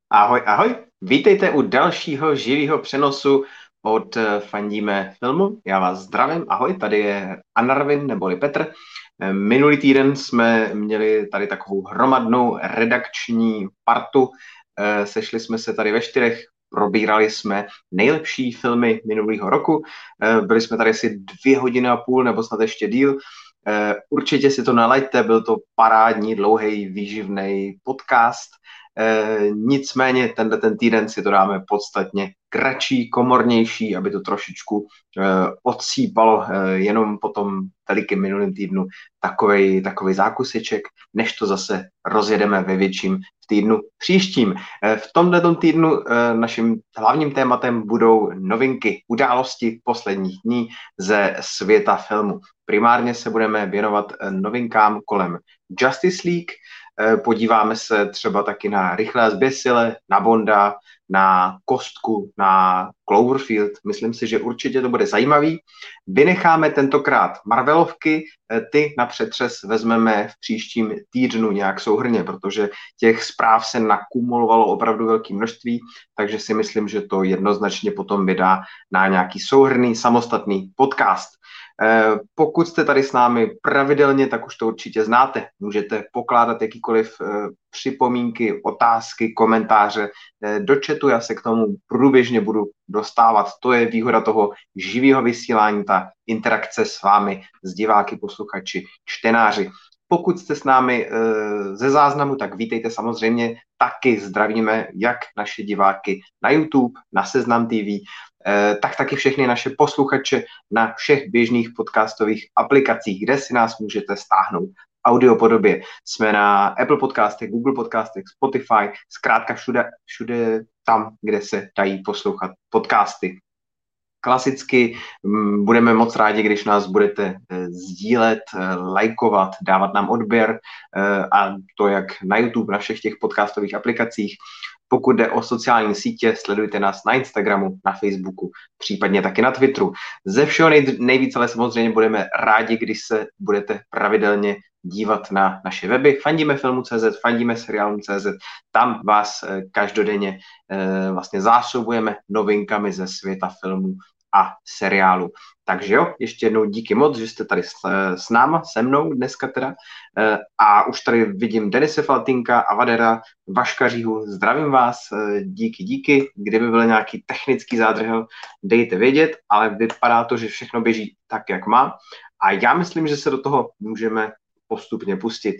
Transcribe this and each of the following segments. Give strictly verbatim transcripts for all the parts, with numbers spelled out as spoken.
Ahoj, ahoj. Vítejte u dalšího živého přenosu od eh, Fandíme filmu. Já vás zdravím. Ahoj, tady je Anarvin neboli Petr. Eh, Minulý týden jsme měli tady takovou hromadnou redakční partu. Eh, Sešli jsme se tady ve čtyřech, probírali jsme nejlepší filmy minulého roku. Eh, Byli jsme tady asi dvě hodiny a půl nebo snad ještě díl. Eh, Určitě si to nalaďte, byl to parádní, dlouhý, výživný podcast. E, nicméně tenhle ten týden si to dáme podstatně kratší, komornější, aby to trošičku e, odsýpalo e, jenom po tom velikém minulém týdnu takovej, takovej zákuseček, než to zase rozjedeme ve větším v týdnu příštím. E, v tomhle týdnu e, naším hlavním tématem budou novinky, události posledních dní ze světa filmu. Primárně se budeme věnovat novinkám kolem Justice League. Podíváme se třeba taky na Rychlé a zběsile, na Bonda, na Kostku, na Cloverfield. Myslím si, že určitě to bude zajímavý. Vynecháme tentokrát Marvelovky, ty na přetřes vezmeme v příštím týdnu nějak souhrnně, protože těch zpráv se nakumulovalo opravdu velké množství, takže si myslím, že to jednoznačně potom vydá na nějaký souhrnný samostatný podcast. Pokud jste tady s námi pravidelně, tak už to určitě znáte. Můžete pokládat jakýkoliv připomínky, otázky, komentáře do chatu. Já se k tomu průběžně budu dostávat. To je výhoda toho živého vysílání, ta interakce s vámi, s diváky, posluchači, čtenáři. Pokud jste s námi ze záznamu, tak vítejte samozřejmě. Taky zdravíme jak naše diváky na YouTube, na Seznam T V, tak taky všechny naše posluchače na všech běžných podcastových aplikacích, kde si nás můžete stáhnout audio podobě. Jsme na Apple podcastech, Google podcastech, Spotify, zkrátka všude, všude tam, kde se dají poslouchat podcasty. Klasicky budeme moc rádi, když nás budete sdílet, lajkovat, dávat nám odběr, a to jak na YouTube, na všech těch podcastových aplikacích. Pokud jde o sociální sítě, sledujte nás na Instagramu, na Facebooku, případně taky na Twitteru. Ze všeho nej, nejvíc ale samozřejmě budeme rádi, když se budete pravidelně dívat na naše weby fandimefilmu tečka cé zet, fandimeseriálům tečka cé zet. Tam vás každodenně eh, vlastně zásobujeme novinkami ze světa filmů a seriálu. Takže jo, ještě jednou díky moc, že jste tady s, s náma, se mnou dneska teda. E, a už tady vidím Denise Faltýnka, Avadera, Vaškaříhu, zdravím vás, e, díky, díky. Kdyby byl nějaký technický zádrhel, dejte vědět, ale vypadá to, že všechno běží tak, jak má. A já myslím, že se do toho můžeme postupně pustit.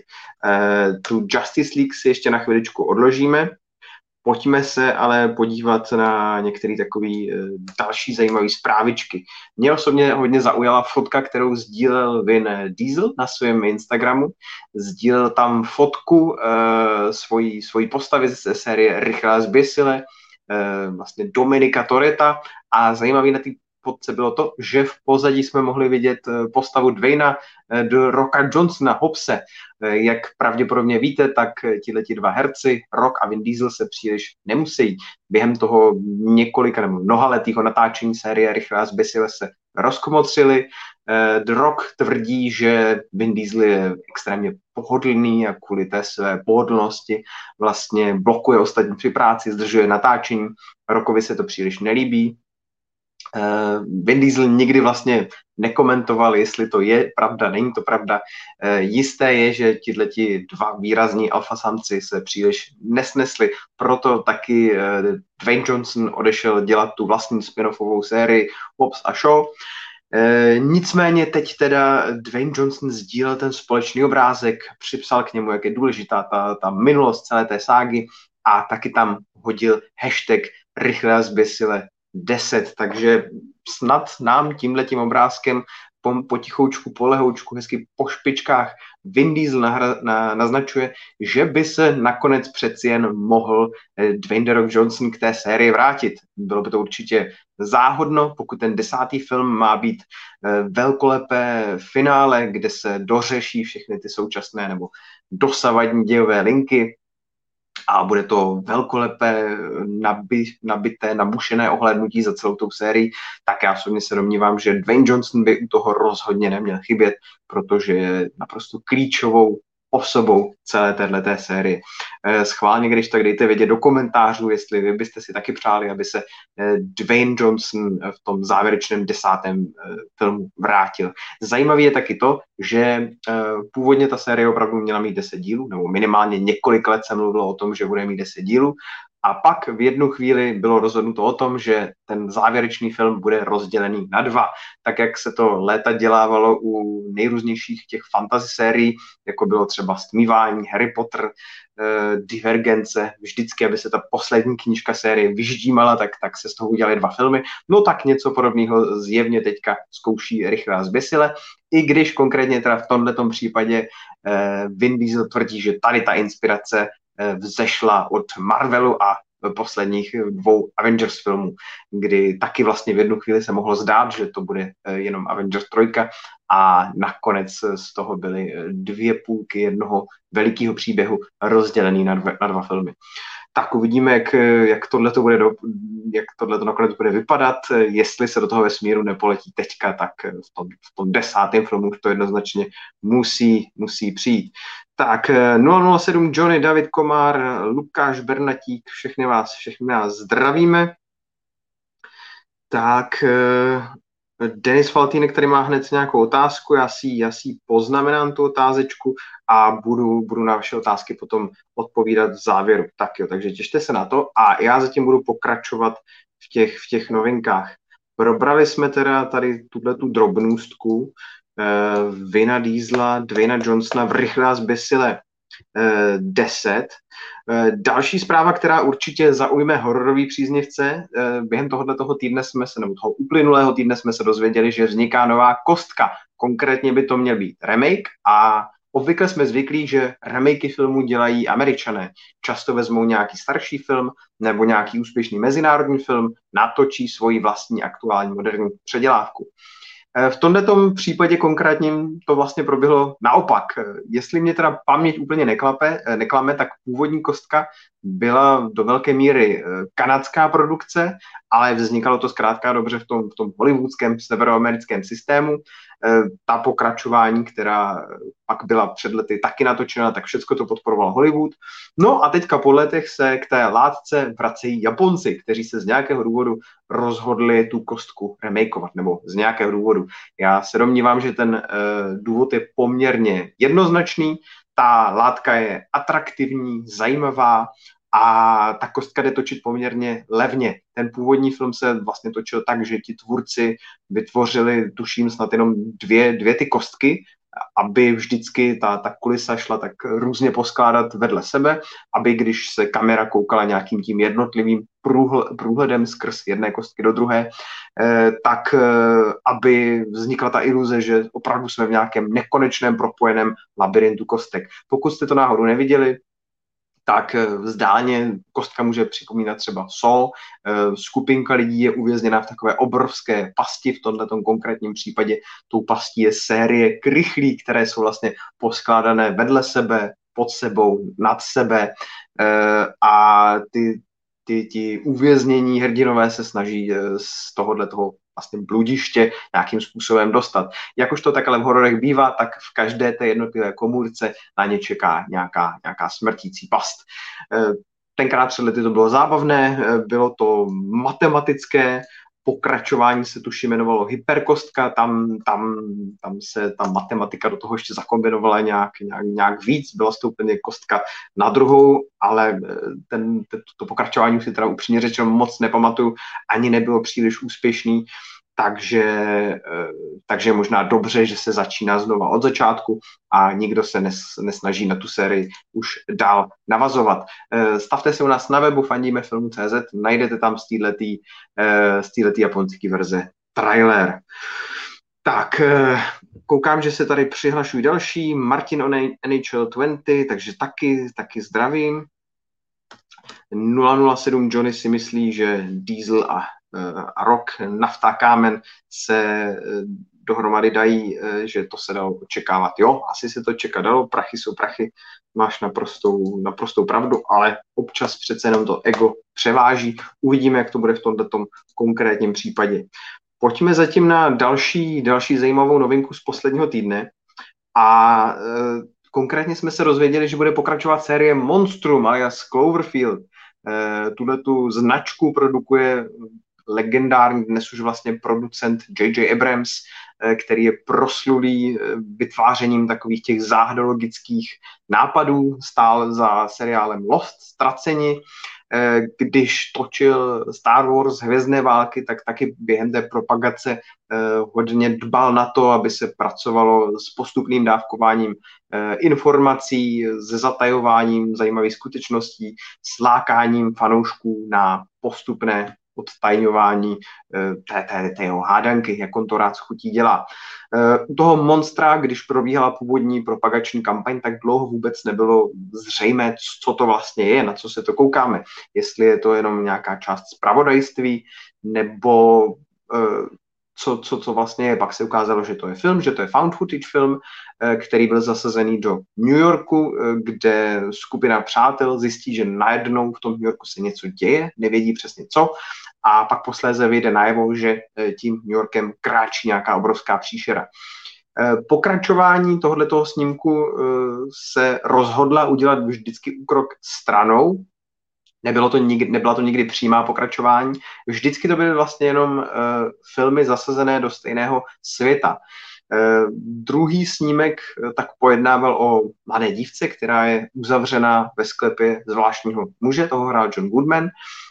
E, tu Justice League si ještě na chviličku odložíme. Pojďme se ale podívat na některé takové další zajímavé zprávičky. Mě osobně hodně zaujala fotka, kterou sdílel Vin Diesel na svém Instagramu. Sdílel tam fotku uh, svojí, svojí postavy ze série Rychlé a zběsile, uh, vlastně Dominika Toretta, a zajímavý na té fotce bylo to, že v pozadí jsme mohli vidět postavu Dwayna do Rocka Johnsona, Hobbse. Jak pravděpodobně víte, tak tihleti dva herci, Rock a Vin Diesel, se příliš nemusí. Během toho několika nebo mnohaletého natáčení série Rychlé a zběsile se rozkomotřili. The Rock tvrdí, že Vin Diesel je extrémně pohodlný a kvůli té své pohodlnosti vlastně blokuje ostatní při práci, zdržuje natáčení. Rockovi se to příliš nelíbí. Uh, Vin Diesel nikdy vlastně nekomentoval, jestli to je pravda, není to pravda. Uh, jisté je, že tihleti dva výrazní alfasamci se příliš nesnesli, proto taky uh, Dwayne Johnson odešel dělat tu vlastní spin-offovou sérii Hobbs a Shaw. Uh, nicméně teď teda Dwayne Johnson sdílel ten společný obrázek, připsal k němu, jak je důležitá ta, ta minulost celé té ságy, a taky tam hodil hashtag Rychlé a zběsile deset, takže snad nám tímhletím obrázkem po, potichoučku, polehoučku, hezky po špičkách Vin Diesel nahra, na, naznačuje, že by se nakonec přeci jen mohl eh, Dwayne The Rock Johnson k té sérii vrátit. Bylo by to určitě záhodno, pokud ten desátý film má být eh, velkolepé finále, kde se dořeší všechny ty současné nebo dosavadní dějové linky, a bude to velkolepé, nabi, nabité, nabušené ohlédnutí za celou tou sérii, tak já osobně se domnívám, že Dwayne Johnson by u toho rozhodně neměl chybět, protože je naprosto klíčovou osobou celé téhleté série. Schválně, když tak dejte vědět do komentářů, jestli vy byste si taky přáli, aby se Dwayne Johnson v tom závěrečném desátém filmu vrátil. Zajímavé je taky to, že původně ta série opravdu měla mít deset dílů, nebo minimálně několik let se mluvilo o tom, že bude mít deset dílů. A pak v jednu chvíli bylo rozhodnuto o tom, že ten závěrečný film bude rozdělený na dva, tak jak se to léta dělávalo u nejrůznějších těch fantasy sérií, jako bylo třeba Stmívání, Harry Potter, eh, Divergence, vždycky, aby se ta poslední knížka série vyždímala, tak, tak se z toho udělali dva filmy. No tak něco podobného zjevně teďka zkouší Rychle a zběsile, i když konkrétně teda v tomhletom případě eh, Vin Diesel tvrdí, že tady ta inspirace vzešla od Marvelu a posledních dvou Avengers filmů, kdy taky vlastně v jednu chvíli se mohlo zdát, že to bude jenom Avengers tři a nakonec z toho byly dvě půlky jednoho velikého příběhu rozdělený na, dvě, na dva filmy. Tak uvidíme, jak, jak tohle to bude do, jak tohle to nakonec bude vypadat. Jestli se do toho vesmíru nepoletí teďka, tak v tom, v tom desátém filmu už to jednoznačně musí, musí přijít. Tak nula nula sedm Johnny, David Komár, Lukáš Bernatík, všechny vás, všechny nás zdravíme. Tak Denis Faltýnek tady má hned nějakou otázku, já si, já si poznamenám tu otázečku a budu, budu na vaše otázky potom odpovídat v závěru. Tak jo, takže těšte se na to a já zatím budu pokračovat v těch, v těch novinkách. Probrali jsme teda tady tuhletu drobnůstku eh, Vina Diesela, Dwayna Johnsona v Rychle a zběsile eh, deset. Eh, další zpráva, která určitě zaujme hororový příznivce, eh, během tohoto týdne jsme se, nebo toho uplynulého týdne jsme se dozvěděli, že vzniká nová kostka. Konkrétně by to měl být remake a obvykle jsme zvyklí, že remakey filmů dělají Američané. Často vezmou nějaký starší film nebo nějaký úspěšný mezinárodní film, natočí svoji vlastní aktuální moderní předělávku. V tomto případě konkrétním to vlastně proběhlo naopak. Jestli mě teda paměť úplně neklape, neklame, tak původní kostka byla do velké míry kanadská produkce, ale vznikalo to zkrátka dobře v tom, v tom hollywoodském severoamerickém systému. Ta pokračování, která pak byla před lety taky natočena, tak všechno to podporoval Hollywood. No a teďka po letech se k té látce vracejí Japonci, kteří se z nějakého důvodu rozhodli tu kostku remakeovat, nebo z nějakého důvodu. Já se domnívám, že ten uh, důvod je poměrně jednoznačný. Ta látka je atraktivní, zajímavá a ta kostka jde točit poměrně levně. Ten původní film se vlastně točil tak, že ti tvůrci vytvořili, tuším, snad jenom dvě, dvě ty kostky, aby vždycky ta, ta kulisa šla tak různě poskládat vedle sebe, aby když se kamera koukala nějakým tím jednotlivým průhl, průhledem skrz jedné kostky do druhé, eh, tak eh, aby vznikla ta iluze, že opravdu jsme v nějakém nekonečném propojeném labirintu kostek. Pokud jste to náhodou neviděli, tak vzdáleně kostka může připomínat třeba Saw. Skupinka lidí je uvězněna v takové obrovské pasti, v tomto konkrétním případě tou pastí je série krychlí, které jsou vlastně poskládané vedle sebe, pod sebou, nad sebe a ty, ty, ty uvěznění hrdinové se snaží z tohohle toho vlastně bludiště nějakým způsobem dostat. Jak už to tak ale v hororech bývá, tak v každé té jednotlivé komůrce na ně čeká nějaká, nějaká smrtící past. Tenkrát před lety to bylo zábavné, bylo to matematické, pokračování se tuším jmenovalo Hyperkostka, tam, tam, tam se ta matematika do toho ještě zakombinovala nějak, nějak, nějak víc, byla to úplně kostka na druhou, ale ten, to pokračování už si teda upřímně řečeno moc nepamatuju, ani nebylo příliš úspěšný, takže, takže možná dobře, že se začíná znova od začátku a nikdo se nes, nesnaží na tu sérii už dál navazovat. Stavte se u nás na webu fandíme filmu tečka cé zet, najdete tam z téhletý, z téhletý japonský verze trailer. Tak, koukám, že se tady přihlašují další, Martin on N H L dvacet, takže taky, taky zdravím. nula nula sedm Johnny si myslí, že Diesel a a Rock, Nafta, Kámen se dohromady dají, že to se dalo očekávat. Jo, asi se to čekat dalo, prachy jsou prachy, máš naprostou, naprostou pravdu, ale občas přece jenom to ego převáží. Uvidíme, jak to bude v tomto konkrétním případě. Pojďme zatím na další, další zajímavou novinku z posledního týdne a Konkrétně jsme se dozvěděli, že bude pokračovat série Monstrum alias Cloverfield. E, Tuhle tu značku produkuje legendární dnes už vlastně producent J J Abrams, který je proslulý vytvářením takových těch záhadologických nápadů, stál za seriálem Lost, Ztraceni. Když točil Star Wars Hvězdné války, tak taky během té propagace hodně dbal na to, aby se pracovalo s postupným dávkováním informací, se zatajováním zajímavých skutečností, s lákáním fanoušků na postupné odtajňování té, té, té jeho hádanky, jak on to rád s chutí dělá. U toho Monstra, když probíhala původní propagační kampaň, tak dlouho vůbec nebylo zřejmé, co to vlastně je, na co se to koukáme. Jestli je to jenom nějaká část zpravodajství, nebo co, co, co vlastně je. Pak se ukázalo, že to je film, že to je found footage film, který byl zasazený do New Yorku, kde skupina přátel zjistí, že najednou v tom New Yorku se něco děje, nevědí přesně co, a pak posléze vyjde najevo, že tím New Yorkem kráčí nějaká obrovská příšera. Pokračování tohoto snímku se rozhodla udělat vždycky krok stranou. Nebylo to nikdy, nebyla to nikdy přímá pokračování. Vždycky to byly vlastně jenom uh, filmy zasazené do stejného světa. Uh, druhý snímek uh, tak pojednával o mladé dívce, která je uzavřená ve sklepě zvláštního muže, toho hrál John Goodman,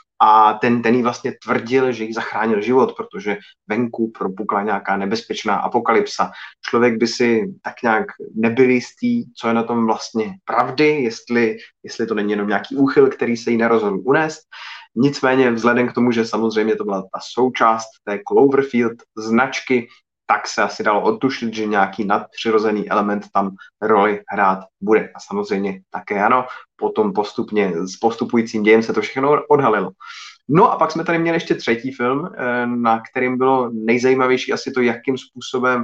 a ten, ten jí vlastně tvrdil, že jí zachránil život, protože venku propukla nějaká nebezpečná apokalypsa. Člověk by si tak nějak nebyl jistý, co je na tom vlastně pravdy, jestli, jestli to není jenom nějaký úchyl, který se jí nerozhodl unést. Nicméně vzhledem k tomu, že samozřejmě to byla ta součást té Cloverfield značky, tak se asi dalo odtušit, že nějaký nadpřirozený element tam roli hrát bude. A samozřejmě také ano, potom postupně s postupujícím dějem se to všechno odhalilo. No a pak jsme tady měli ještě třetí film, na kterým bylo nejzajímavější asi to, jakým způsobem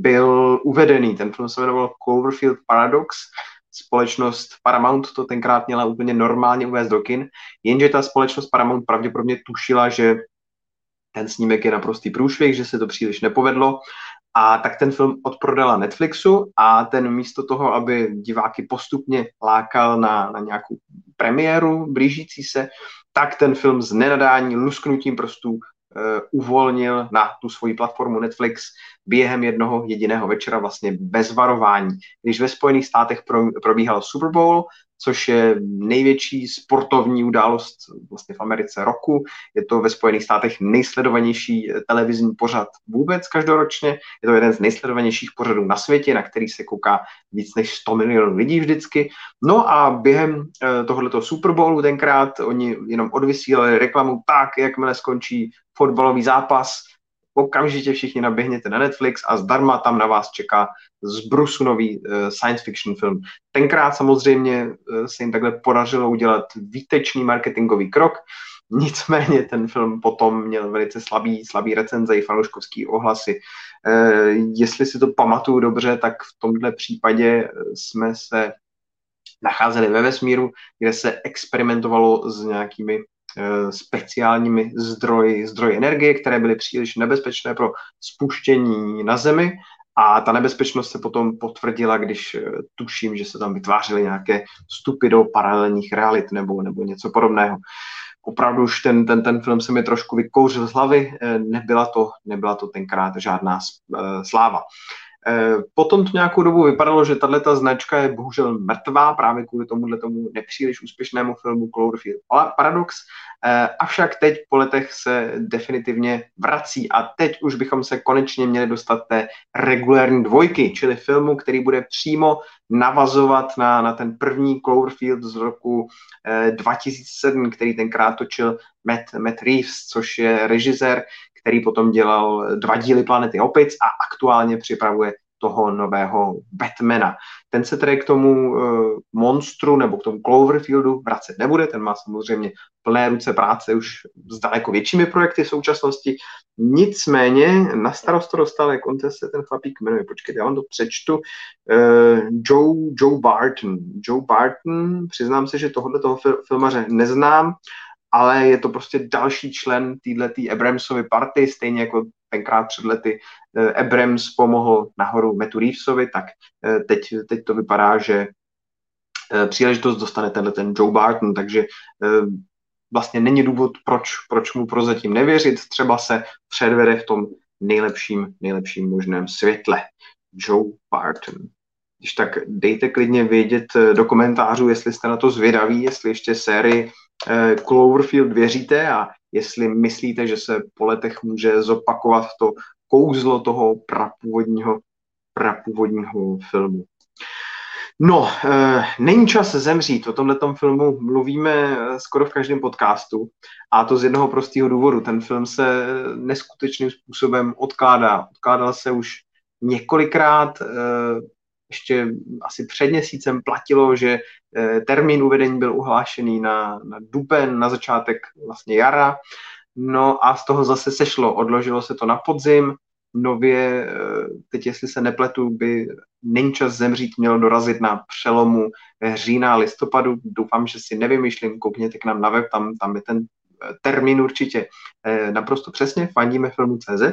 byl uvedený. Ten film se jmenoval Cloverfield Paradox. Společnost Paramount to tenkrát měla úplně normálně uvést do kin, jenže ta společnost Paramount pravděpodobně tušila, že ten snímek je naprostý průšvih, že se to příliš nepovedlo, a tak ten film odprodala Netflixu a ten místo toho, aby diváky postupně lákal na, na nějakou premiéru blížící se, tak ten film z nenadání lusknutím prstů uh, uvolnil na tu svoji platformu Netflix během jednoho jediného večera, vlastně bez varování. Když ve Spojených státech pro, probíhal Super Bowl, což je největší sportovní událost vlastně v Americe roku. Je to ve Spojených státech nejsledovanější televizní pořad vůbec každoročně. Je to jeden z nejsledovanějších pořadů na světě, na který se kouká víc než sto milionů lidí vždycky. No a během tohoto Super Bowlu tenkrát oni jenom odvysílali reklamu tak, jakmile skončí fotbalový zápas, okamžitě všichni naběhněte na Netflix a zdarma tam na vás čeká zbrusunový uh, science fiction film. Tenkrát samozřejmě uh, se jim takhle podařilo udělat výtečný marketingový krok, nicméně ten film potom měl velice slabý, slabý recenze i fanouškovský ohlasy. Uh, jestli si to pamatuju dobře, tak v tomhle případě jsme se nacházeli ve vesmíru, kde se experimentovalo s nějakými speciálními zdroji, zdroji energie, které byly příliš nebezpečné pro spuštění na Zemi, a ta nebezpečnost se potom potvrdila, když tuším, že se tam vytvářely nějaké vstupy do paralelních realit nebo, nebo něco podobného. Opravdu už ten, ten, ten film se mi trošku vykouřil z hlavy, nebyla to, nebyla to tenkrát žádná sláva. Potom to nějakou dobu vypadalo, že tato značka je bohužel mrtvá právě kvůli tomuhle tomu nepříliš úspěšnému filmu Cloverfield Paradox, avšak teď po letech se definitivně vrací a teď už bychom se konečně měli dostat té regulérní dvojky, čili filmu, který bude přímo navazovat na, na ten první Cloverfield z roku dva tisíce sedm, který tenkrát točil Matt, Matt Reeves, což je režisér, který potom dělal dva díly Planety opic a aktuálně připravuje toho nového Batmana. Ten se tedy k tomu uh, monstru nebo k tomu Cloverfieldu vracet nebude, ten má samozřejmě plné ruce práce už s daleko většími projekty v současnosti. Nicméně na starost to dostal, jak on se ten chlapík jmenuje, počkejte, já vám to přečtu, uh, Joe, Joe Barton. Joe Barton, přiznám se, že tohoto toho fil- filmaře neznám, ale je to prostě další člen této Abramsovy party, stejně jako tenkrát před lety Abrams pomohl nahoru Mattu Reevesovi, tak teď, teď to vypadá, že příležitost dostane tenhle ten Joe Barton, takže vlastně není důvod, proč, proč mu prozatím nevěřit, třeba se předvede v tom nejlepším, nejlepším možném světle. Joe Barton. Když tak dejte klidně vědět do komentářů, jestli jste na to zvědaví, jestli ještě sérii Cloverfield věříte a jestli myslíte, že se po letech může zopakovat to kouzlo toho prapůvodního, prapůvodního filmu. No, e, není čas zemřít. O tomhletom filmu mluvíme skoro v každém podcastu a to z jednoho prostého důvodu. Ten film se neskutečným způsobem odkládá. Odkládal se už několikrát, e, ještě asi před měsícem platilo, že e, termín uvedení byl uhlášený na, na duben, na začátek vlastně jara. No a z toho zase sešlo, odložilo se to na podzim. Nově, teď jestli se nepletu, by Není čas zemřít měl dorazit na přelomu října a listopadu. Doufám, že si nevymýšlím, koukněte k nám na web, tam, tam je ten termín určitě naprosto přesně, fandíme filmu tečka cé zet.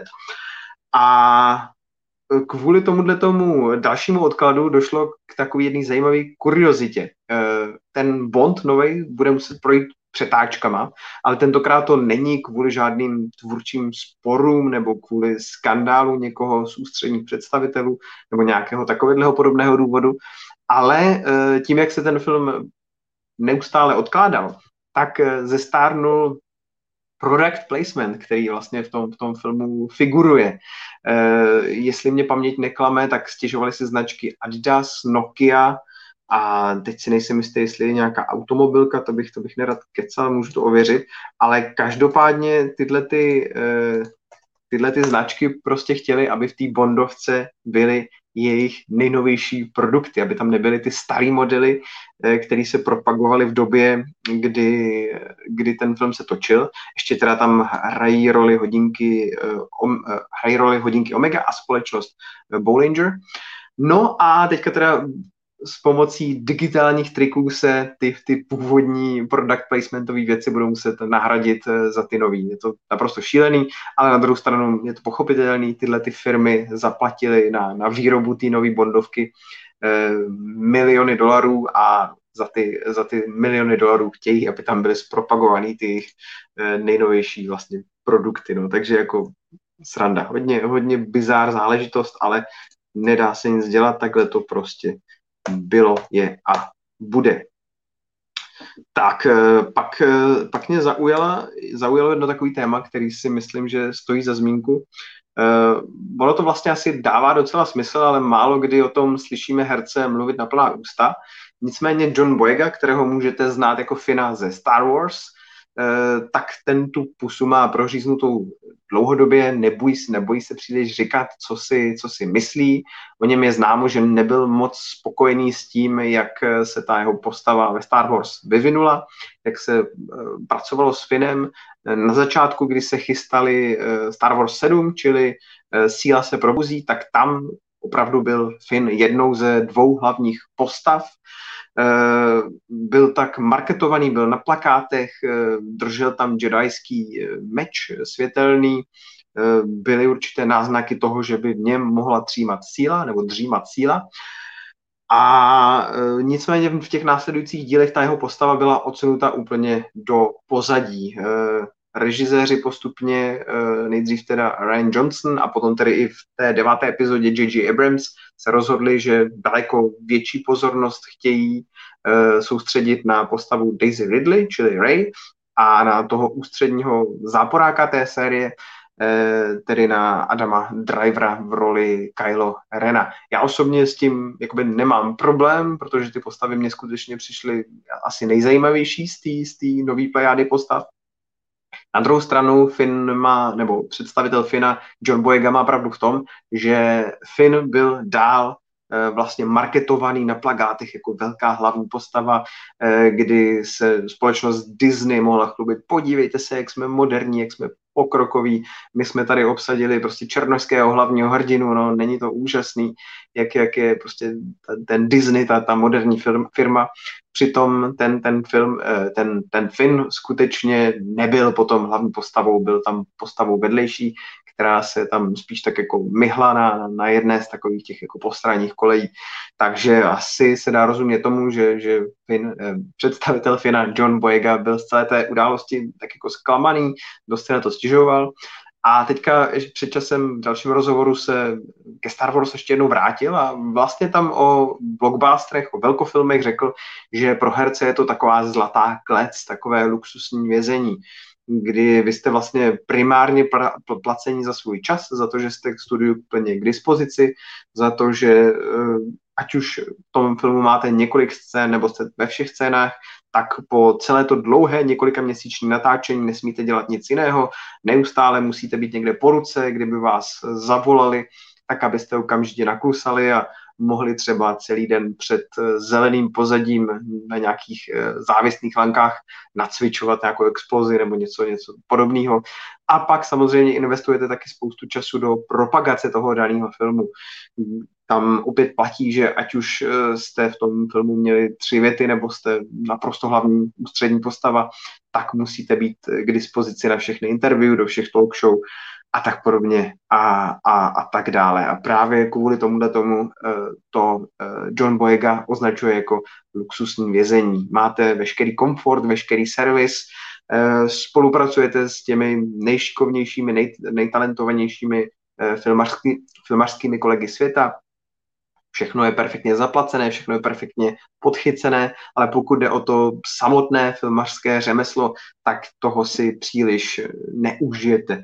A kvůli tomuhle tomu dalšímu odkladu došlo k takové jedné zajímavé kuriozitě. Ten Bond novej bude muset projít přetáčkama, ale tentokrát to není kvůli žádným tvůrčím sporům nebo kvůli skandálu někoho z ústředních představitelů nebo nějakého takového podobného důvodu, ale tím, jak se ten film neustále odkládal, tak zestárnul product placement, který vlastně v tom, v tom filmu figuruje. E, jestli mě paměť neklame, tak stěžovaly si značky Adidas, Nokia a teď si nejsem jistý, jestli je nějaká automobilka, to bych, to bych nerad kecal, můžu to ověřit, ale každopádně tyhle, ty, e, tyhle ty značky prostě chtěly, aby v té Bondovce byly jejich nejnovější produkty, aby tam nebyly ty staré modely, které se propagovaly v době, kdy, kdy ten film se točil. Ještě teda tam hrají roli hodinky, hrají roli hodinky Omega a společnost Bollinger. No a teďka teda s pomocí digitálních triků se ty, ty původní product placementové věci budou muset nahradit za ty nový. Je to naprosto šílený, ale na druhou stranu je to pochopitelný. Tyhle ty firmy zaplatily na, na výrobu té nové Bondovky eh, miliony dolarů a za ty, za ty miliony dolarů chtějí, aby tam byly zpropagovaný ty jejich eh, nejnovější vlastně produkty. No. Takže jako sranda. Hodně, hodně bizár záležitost, ale nedá se nic dělat, takhle to prostě bylo, je a bude. Tak, pak, pak mě zaujala, zaujalo jedno takový téma, který si myslím, že stojí za zmínku. Ono to vlastně asi dává docela smysl, ale málo kdy o tom slyšíme herce mluvit na plná ústa. Nicméně John Boyega, kterého můžete znát jako Fina ze Star Wars, tak ten tu pusu má proříznutou dlouhodobě, nebojí, nebojí se příliš říkat, co si, co si myslí. O něm je známo, že nebyl moc spokojený s tím, jak se ta jeho postava ve Star Wars vyvinula, jak se pracovalo s Finem. Na začátku, kdy se chystali Star Wars sedm, čili Síla se probuzí, tak tam opravdu byl Finn jednou ze dvou hlavních postav. Byl tak marketovaný, byl na plakátech, držel tam jedajský meč světelný, byly určité náznaky toho, že by v něm mohla třímat síla nebo dřímat síla. A nicméně v těch následujících dílech ta jeho postava byla odsunuta úplně do pozadí. Režiséři postupně, nejdřív teda Rian Johnson a potom tedy i v té deváté epizodě J J Abrams se rozhodli, že daleko větší pozornost chtějí soustředit na postavu Daisy Ridley, čili Rey, a na toho ústředního záporáka té série, tedy na Adama Drivera v roli Kylo Rena. Já osobně s tím jakoby nemám problém, protože ty postavy mě skutečně přišly asi nejzajímavější z té nový plejády postav. Na druhou stranu Finn má, nebo představitel Finna John Boyega má pravdu v tom, že Finn byl dál e, vlastně marketovaný na plakátech jako velká hlavní postava, e, kdy se společnost Disney mohla chlubit. Podívejte se, jak jsme moderní, jak jsme pokrokoví. My jsme tady obsadili prostě černošského hlavního hrdinu, no, není to úžasný, jak, jak je prostě ten Disney, ta, ta moderní firma, firma. Přitom ten, ten film, ten, ten Finn skutečně nebyl potom hlavní postavou, byl tam postavou vedlejší, která se tam spíš tak jako myhla na, na jedné z takových těch jako postranních kolejí. Takže asi se dá rozumět tomu, že, že Finn, eh, představitel Finna John Boyega byl z celé té události tak jako zklamaný, dost se na to stěžoval. A teďka před časem v dalším rozhovoru se ke Star Wars ještě jednou vrátil a vlastně tam o blockbusterech, o velkofilmech řekl, že pro herce je to taková zlatá klec, takové luxusní vězení, kdy vy jste vlastně primárně placení za svůj čas, za to, že jste k studiu plně k dispozici, za to, že ať už v tom filmu máte několik scén nebo jste ve všech scénách, tak po celé to dlouhé několika měsíční natáčení nesmíte dělat nic jiného, neustále musíte být někde po ruce, kdyby vás zavolali, tak abyste okamžitě naklusali a mohli třeba celý den před zeleným pozadím na nějakých závislých lankách nacvičovat nějakou explozi nebo něco, něco podobného. A pak samozřejmě investujete taky spoustu času do propagace toho daného filmu. Tam opět platí, že ať už jste v tom filmu měli tři věty nebo jste naprosto hlavní ústřední postava, tak musíte být k dispozici na všechny interview, do všech talk show a tak podobně a, a, a tak dále. A právě kvůli tomuhle tomu to John Boyega označuje jako luxusní vězení. Máte veškerý komfort, veškerý servis, spolupracujete s těmi nejšikovnějšími, nej, nejtalentovanějšími filmařský, filmařskými kolegy světa. Všechno je perfektně zaplacené, všechno je perfektně podchycené, ale pokud jde o to samotné filmařské řemeslo, tak toho si příliš neužijete.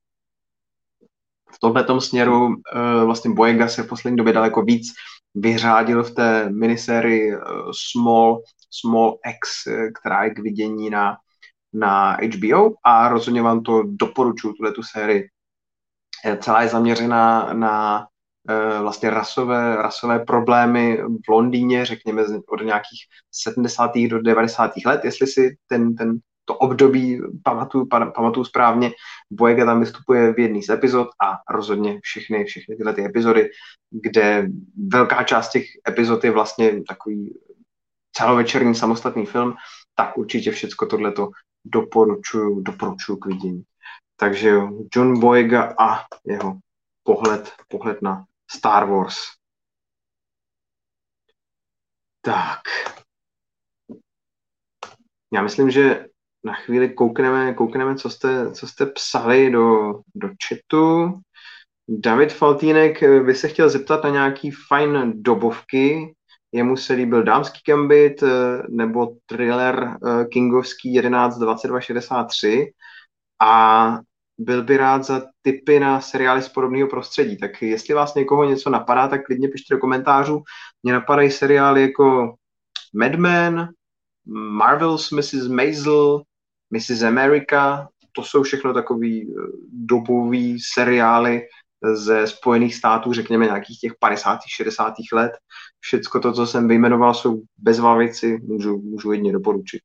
V tomhletom směru uh, vlastně Boyega se v poslední době daleko víc vyřádil v té minisérii uh, Small, Small X, uh, která je k vidění na, na H B O a rozhodně vám to doporučuji, tuhletu sérii. Celá je zaměřená na uh, vlastně rasové, rasové problémy v Londýně, řekněme od nějakých sedmdesátých do devadesátých let, jestli si ten, ten to období pamatuju, pamatuju správně. Boyega tam vystupuje v jedné z epizod a rozhodně všechny, všechny tyhle ty epizody, kde velká část těch epizod je vlastně takový celovečerní samostatný film, tak určitě všecko tohleto doporučuju, doporučuju k vidění. Takže jo, John Boyega a jeho pohled, pohled na Star Wars. Tak. Já myslím, že na chvíli koukneme, koukneme co, jste, co jste psali do, do chatu. David Faltýnek by se chtěl zeptat na nějaký fajn dobovky. Jemu se líbil Dámský gambit nebo thriller kingovský jedenáct dvacet dva šedesát tři a byl by rád za tipy na seriály z podobného prostředí. Tak jestli vás někoho něco napadá, tak klidně pište do komentářů. Mně napadají seriály jako Mad Men, Marvel's missus Maisel, missus America, to jsou všechno takový dobový seriály ze Spojených států, řekněme nějakých těch padesátých šedesátých let. Všecko to, co jsem vyjmenoval, jsou bezvavici, můžu, můžu jedně doporučit.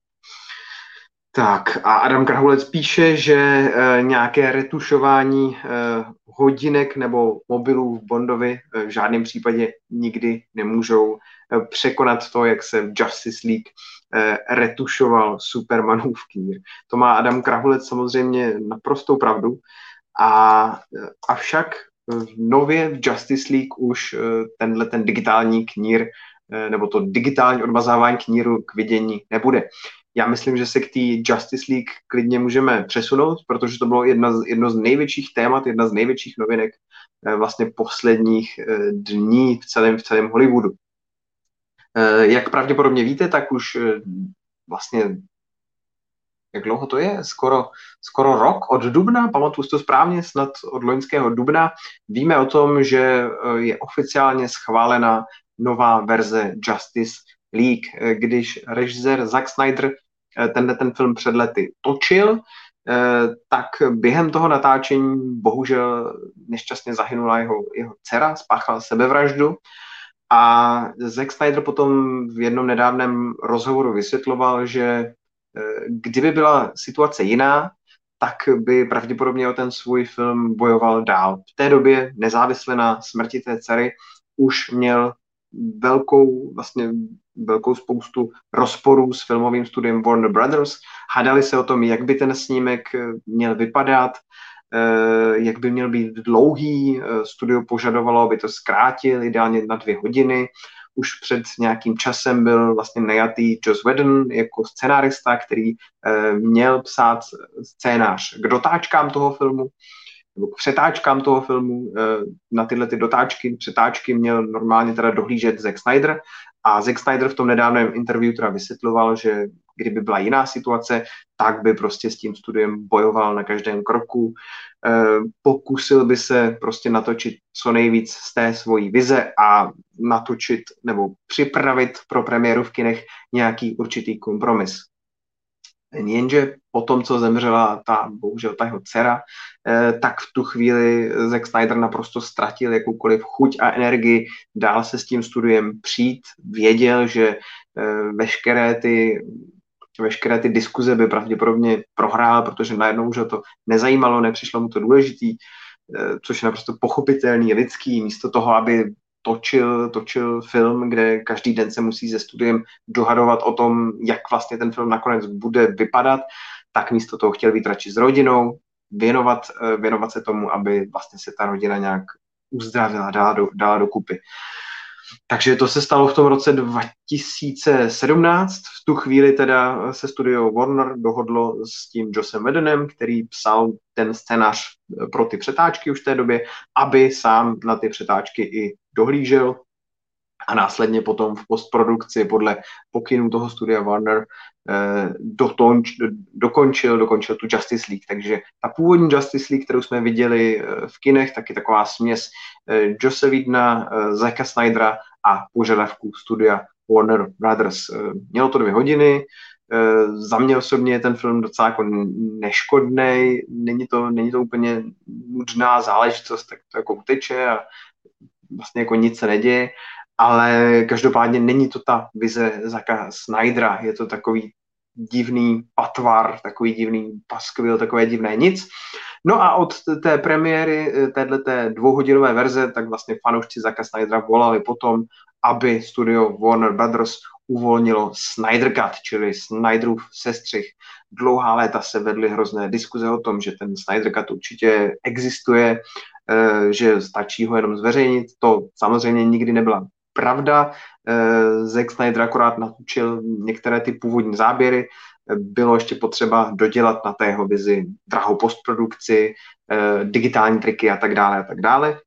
Tak a Adam Krahulec píše, že e, nějaké retušování e, hodinek nebo mobilů v Bondovi e, v žádném případě nikdy nemůžou e, překonat to, jak se v Justice League e, retušoval Supermanův knír. To má Adam Krahulec samozřejmě naprostou pravdu. A, e, avšak nově v Justice League už e, tenhle ten digitální knír e, nebo to digitální odmazávání kníru k vidění nebude. Já myslím, že se k té Justice League klidně můžeme přesunout, protože to bylo jedna z, jedno z největších témat, jedna z největších novinek eh, vlastně posledních eh, dní v celém, v celém Hollywoodu. Eh, jak pravděpodobně víte, tak už eh, vlastně, jak dlouho to je? Skoro, skoro rok od dubna, pamatuju to správně, snad od loňského dubna, víme o tom, že eh, je oficiálně schválena nová verze Justice League, když režisér Zack Snyder tenhle ten film před lety točil, tak během toho natáčení bohužel nešťastně zahynula jeho, jeho dcera, spáchal sebevraždu a Zack Snyder potom v jednom nedávném rozhovoru vysvětloval, že kdyby byla situace jiná, tak by pravděpodobně o ten svůj film bojoval dál. V té době nezávisle na smrti té dcery už měl velkou, vlastně velkou spoustu rozporů s filmovým studiem Warner Brothers. Hádali se o tom, jak by ten snímek měl vypadat. jak by měl být dlouhý. Studio požadovalo, aby to zkrátil, ideálně na dvě hodiny. Už před nějakým časem byl vlastně najatý Joss Whedon jako scenárista, který měl psát scénář k dotáčkám toho filmu, nebo k přetáčkám toho filmu. Na tyhle ty dotáčky, přetáčky měl normálně teda dohlížet Zack Snyder a Zack Snyder v tom nedávném interview teda vysvětloval, že kdyby byla jiná situace, tak by prostě s tím studiem bojoval na každém kroku. Pokusil by se prostě natočit co nejvíc z té svojí vize a natočit nebo připravit pro premiéru v kinech nějaký určitý kompromis. Jenže po tom, co zemřela ta, bohužel ta jeho dcera, tak v tu chvíli Zack Snyder naprosto ztratil jakoukoliv chuť a energii dál se s tím studiem přijít. Věděl, že veškeré ty, veškeré ty diskuze by pravděpodobně prohrál, protože najednou už ho to nezajímalo, nepřišlo mu to důležitý, což je naprosto pochopitelný, lidský, místo toho, aby točil, točil film, kde každý den se musí se studiem dohadovat o tom, jak vlastně ten film nakonec bude vypadat, tak místo toho chtěl být radši s rodinou, věnovat, věnovat se tomu, aby vlastně se ta rodina nějak uzdravila, dala, do, dala dokupy. Takže to se stalo v tom roce dva tisíce sedmnáct. V tu chvíli teda se studio Warner dohodlo s tím Jossem Whedonem, který psal ten scénář pro ty přetáčky už v té době, aby sám na ty přetáčky i dohlížel a následně potom v postprodukci podle pokynů toho studia Warner eh, dotonč, do, dokončil, dokončil tu Justice League. Takže ta původní Justice League, kterou jsme viděli eh, v kinech, tak je taková směs eh, Josse Whedona, eh, Zacka Snydera a požadavků studia Warner Brothers. Eh, mělo to dvě hodiny, eh, za mě osobně je ten film docela jako neškodný, není to, není to úplně nudná záležitost, tak to jako uteče a vlastně jako nic se neděje. Ale každopádně není to ta vize Zacka Snydera, je to takový divný patvar, takový divný paskvil, takové divné nic. No a od té premiéry téhleté dvouhodinové verze, tak vlastně fanoušci Zacka Snydera volali potom, aby studio Warner Brothers uvolnilo Snyder Cut, čili Snyderův sestřih. Dlouhá léta se vedly hrozné diskuze o tom, že ten Snyder Cut určitě existuje, že stačí ho jenom zveřejnit. To samozřejmě nikdy nebyla pravda. Zack Snyder akorát natočil některé ty původní záběry, bylo ještě potřeba dodělat na té jeho vizi drahou postprodukci, digitální triky a tak dále a tak dále.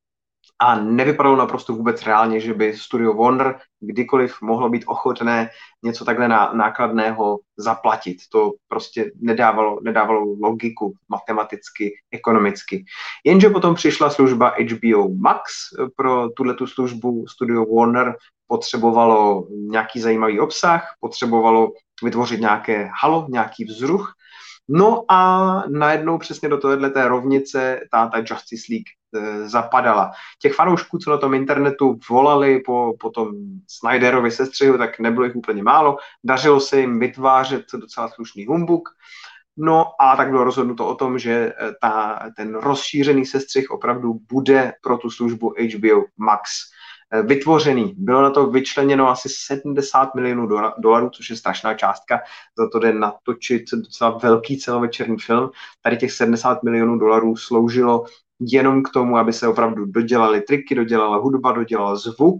A nevypadalo naprosto vůbec reálně, že by studio Warner kdykoliv mohlo být ochotné něco takhle nákladného zaplatit. To prostě nedávalo, nedávalo logiku matematicky, ekonomicky. Jenže potom přišla služba H B O Max. Pro tuhletu službu studio Warner potřebovalo nějaký zajímavý obsah, potřebovalo vytvořit nějaké halo, nějaký vzruch. No a najednou přesně do téhleté rovnice ta, ta Justice League e, zapadala. Těch fanoušků, co na tom internetu volali po, po tom Snyderovi sestřihu, tak nebylo jich úplně málo. Dařilo se jim vytvářet docela slušný humbuk. No a tak bylo rozhodnuto o tom, že ta, ten rozšířený sestřih opravdu bude pro tu službu H B O Max vytvořený. Bylo na to vyčleněno asi sedmdesát milionů dolarů, což je strašná částka. Za to jde natočit docela velký celovečerní film. Tady těch sedmdesát milionů dolarů sloužilo jenom k tomu, aby se opravdu dodělali triky, dodělala hudba, dodělal zvuk.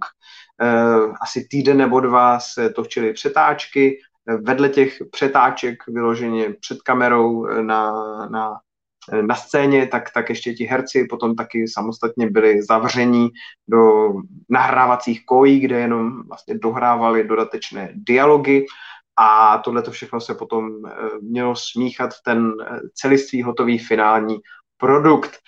Asi týden nebo dva se točily přetáčky. Vedle těch přetáček vyloženě před kamerou na, na na scéně, tak, tak ještě ti herci potom taky samostatně byli zavření do nahrávacích kojí, kde jenom vlastně dohrávali dodatečné dialogy a tohle to všechno se potom mělo smíchat v ten celistvý hotový finální produkt.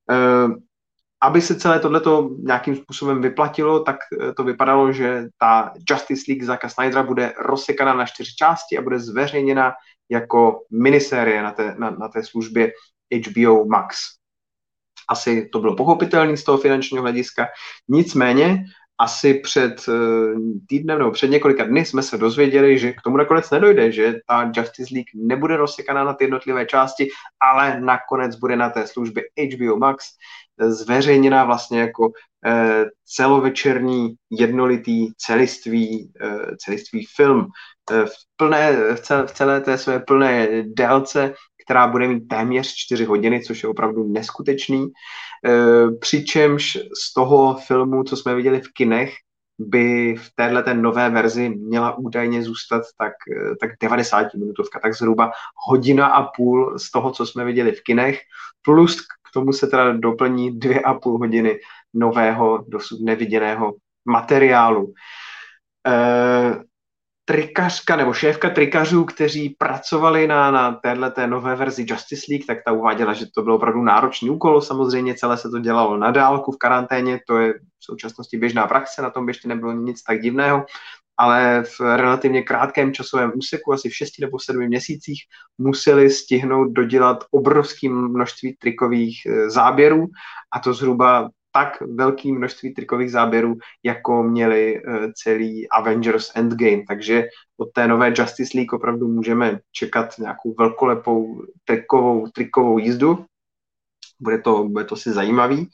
Aby se celé tohleto nějakým způsobem vyplatilo, tak to vypadalo, že ta Justice League Zacka Snydera bude rozsekaná na čtyři části a bude zveřejněna jako minisérie na té, na, na té službě H B O Max. Asi to bylo pochopitelné z toho finančního hlediska. Nicméně asi před týdnem nebo před několika dny jsme se dozvěděli, že k tomu nakonec nedojde, že ta Justice League nebude rozsekaná na ty jednotlivé části, ale nakonec bude na té službě H B O Max zveřejněná vlastně jako eh, celovečerní, jednolitý, celistvý, eh, celistvý film eh, v, plné, v, celé, v celé té své plné délce, která bude mít téměř čtyři hodiny, což je opravdu neskutečný. Přičemž z toho filmu, co jsme viděli v kinech, by v téhle nové verzi měla údajně zůstat tak, tak devadesátiminutovka, tak zhruba hodina a půl z toho, co jsme viděli v kinech, plus k tomu se teda doplní dvě a půl hodiny nového, dosud neviděného materiálu. E, trikařka nebo šéfka trikařů, kteří pracovali na, na téhleté nové verzi Justice League, tak ta uváděla, že to byl opravdu náročný úkol. Samozřejmě celé se to dělalo na dálku v karanténě, to je v současnosti běžná praxe, na tom by ještě nebylo nic tak divného, ale v relativně krátkém časovém úseku, asi v šesti nebo sedmi měsících, museli stihnout dodělat obrovské množství trikových záběrů, a to zhruba tak velké množství trikových záběrů, jako měli celý Avengers Endgame. Takže od té nové Justice League opravdu můžeme čekat nějakou velkolepou trikovou, trikovou jízdu. Bude to, bude to si zajímavý.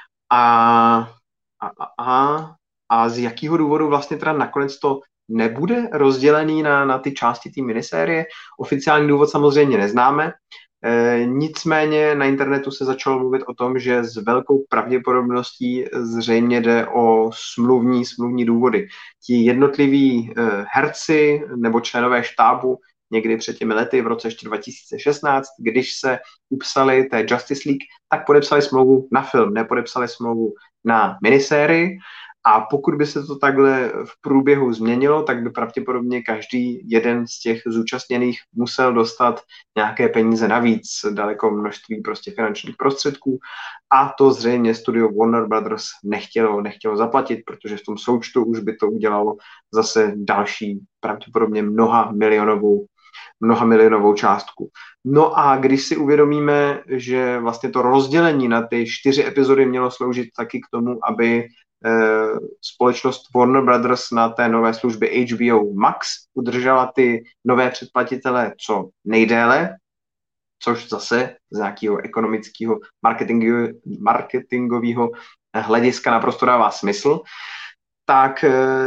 A, a, a, a z jakého důvodu vlastně teda nakonec to nebude rozdělený na, na ty části té minisérie? Oficiální důvod samozřejmě neznáme. E, nicméně na internetu se začalo mluvit o tom, že s velkou pravděpodobností zřejmě jde o smluvní, smluvní důvody. Ti jednotliví e, herci nebo členové štábu někdy před těmi lety v roce ještě dva tisíce šestnáct, když se upsali té Justice League, tak podepsali smlouvu na film, nepodepsali smlouvu na minisérii. A pokud by se to takhle v průběhu změnilo, tak by pravděpodobně každý jeden z těch zúčastněných musel dostat nějaké peníze navíc, daleko množství prostě finančních prostředků, a to zřejmě studio Warner Brothers nechtělo, nechtělo zaplatit, protože v tom součtu už by to udělalo zase další, pravděpodobně mnoha milionovou, mnoha milionovou částku. No a když si uvědomíme, že vlastně to rozdělení na ty čtyři epizody mělo sloužit taky k tomu, aby společnost Warner Brothers na té nové službě H B O Max udržela ty nové předplatitele co nejdéle, což zase z nějakého ekonomického marketingového hlediska naprosto dává smysl, tak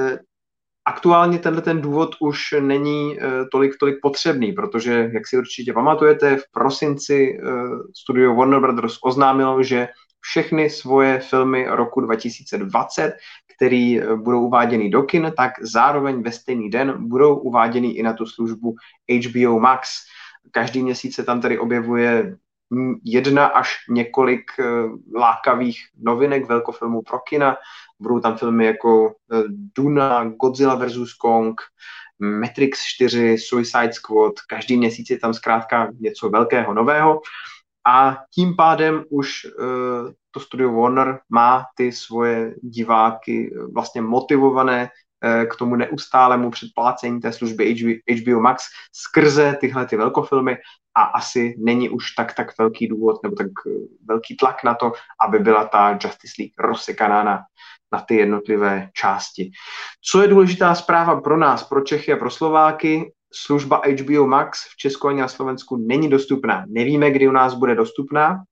aktuálně tenhle ten důvod už není tolik, tolik potřebný, protože, jak si určitě pamatujete, v prosinci studio Warner Brothers oznámilo, že všechny svoje filmy roku dva tisíce dvacet, které budou uváděny do kin, tak zároveň ve stejný den budou uváděny i na tu službu H B O Max. Každý měsíc se tam tedy objevuje jedna až několik lákavých novinek velkofilmů pro kina. Budou tam filmy jako Duna, Godzilla versus. Kong, Matrix čtyři, Suicide Squad. Každý měsíc je tam zkrátka něco velkého nového. A tím pádem už uh, to studio Warner má ty svoje diváky vlastně motivované uh, k tomu neustálému předplácení té služby H B O Max skrze tyhle ty velkofilmy, a asi není už tak tak velký důvod nebo tak uh, velký tlak na to, aby byla ta Justice League rozsekaná na, na ty jednotlivé části. Co je důležitá zpráva pro nás, pro Čechy a pro Slováky? Služba H B O Max v Česku ani na Slovensku není dostupná. Nevíme, kdy u nás bude dostupná,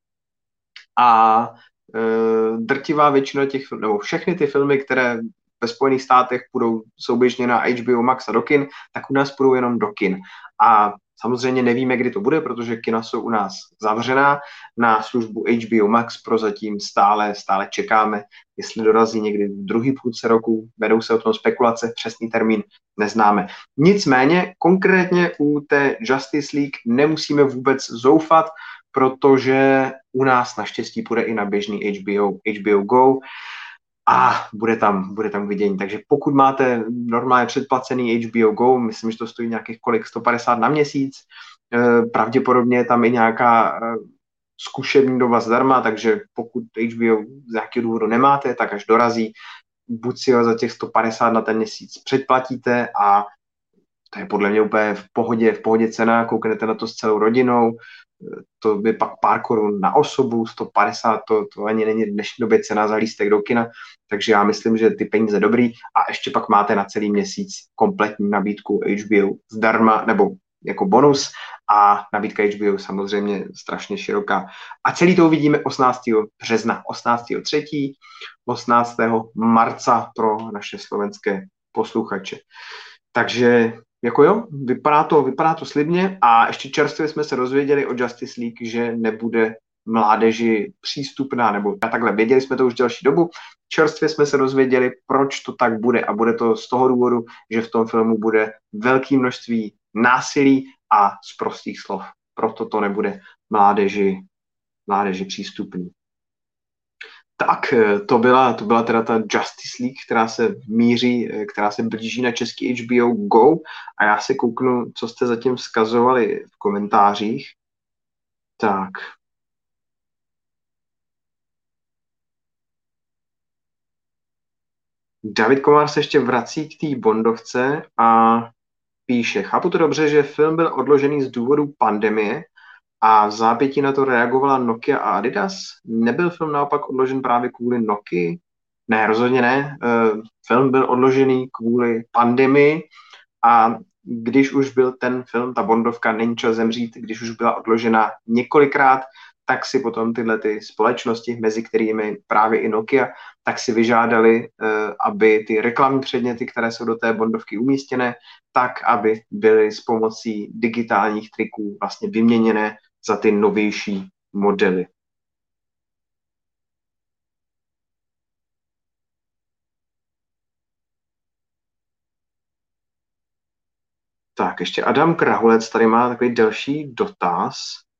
a e, drtivá většina těch, nebo všechny ty filmy, které ve Spojených státech půjdou souběžně na H B O Max a do kin, tak u nás půjdou jenom do kin. A samozřejmě nevíme, kdy to bude, protože kina jsou u nás zavřená. Na službu H B O Max prozatím stále, stále čekáme, jestli dorazí někdy v druhý půlce roku. Vedou se o tom spekulace, přesný termín neznáme. Nicméně konkrétně u té Justice League nemusíme vůbec zoufat, protože u nás naštěstí půjde i na běžný H B O, H B O Go a bude tam, bude tam vidění. Takže pokud máte normálně předplacený H B O Go, myslím, že to stojí nějakých kolik, sto padesát na měsíc, pravděpodobně je tam i nějaká zkušební doba zdarma, takže pokud H B O z nějakého důvodu nemáte, tak až dorazí, buď si ho za těch sto padesát na ten měsíc předplatíte, a to je podle mě úplně v pohodě, v pohodě cena, kouknete na to s celou rodinou, to by pak pár korun na osobu, sto padesát, to, to ani není v dnešní době cena za lístek do kina, takže já myslím, že ty peníze dobrý, a ještě pak máte na celý měsíc kompletní nabídku H B O zdarma, nebo jako bonus, a nabídka H B O samozřejmě strašně široká. A celý to uvidíme osmnáctého března, osmnáctého třetího, osmnáctého marca pro naše slovenské posluchače. Takže Jako jo, vypadá to, vypadá to slibně a ještě čerstvě jsme se dozvěděli o Justice League, že nebude mládeži přístupná, nebo takhle, věděli jsme to už delší dobu, čerstvě jsme se dozvěděli, proč to tak bude a bude to z toho důvodu, že v tom filmu bude velké množství násilí a sprostých slov. Proto to nebude mládeži, mládeži přístupný. Tak, eh, to byla, to byla teda ta Justice League, která se míří, eh, která se blíží na český H B O Go a já se kouknu, co jste zatím vzkazovali v komentářích. Tak, David Komár se ještě vrací k té Bondovce a píše, chápu to dobře, že film byl odložený z důvodu pandemie a v zápětí na to reagovala Nokia a Adidas. Nebyl film naopak odložen právě kvůli Nokii? Ne, rozhodně ne. Eh, Film byl odložený kvůli pandemii a když už byl ten film, ta Bondovka Není čas zemřít, když už byla odložena několikrát, tak si potom tyhle ty společnosti, mezi kterými právě i Nokia, tak si vyžádali, eh, aby ty reklamní předměty, které jsou do té Bondovky umístěné, tak, aby byly s pomocí digitálních triků vlastně vyměněné za ty novější modely. Tak, ještě Adam Krahulec tady má takový delší dotaz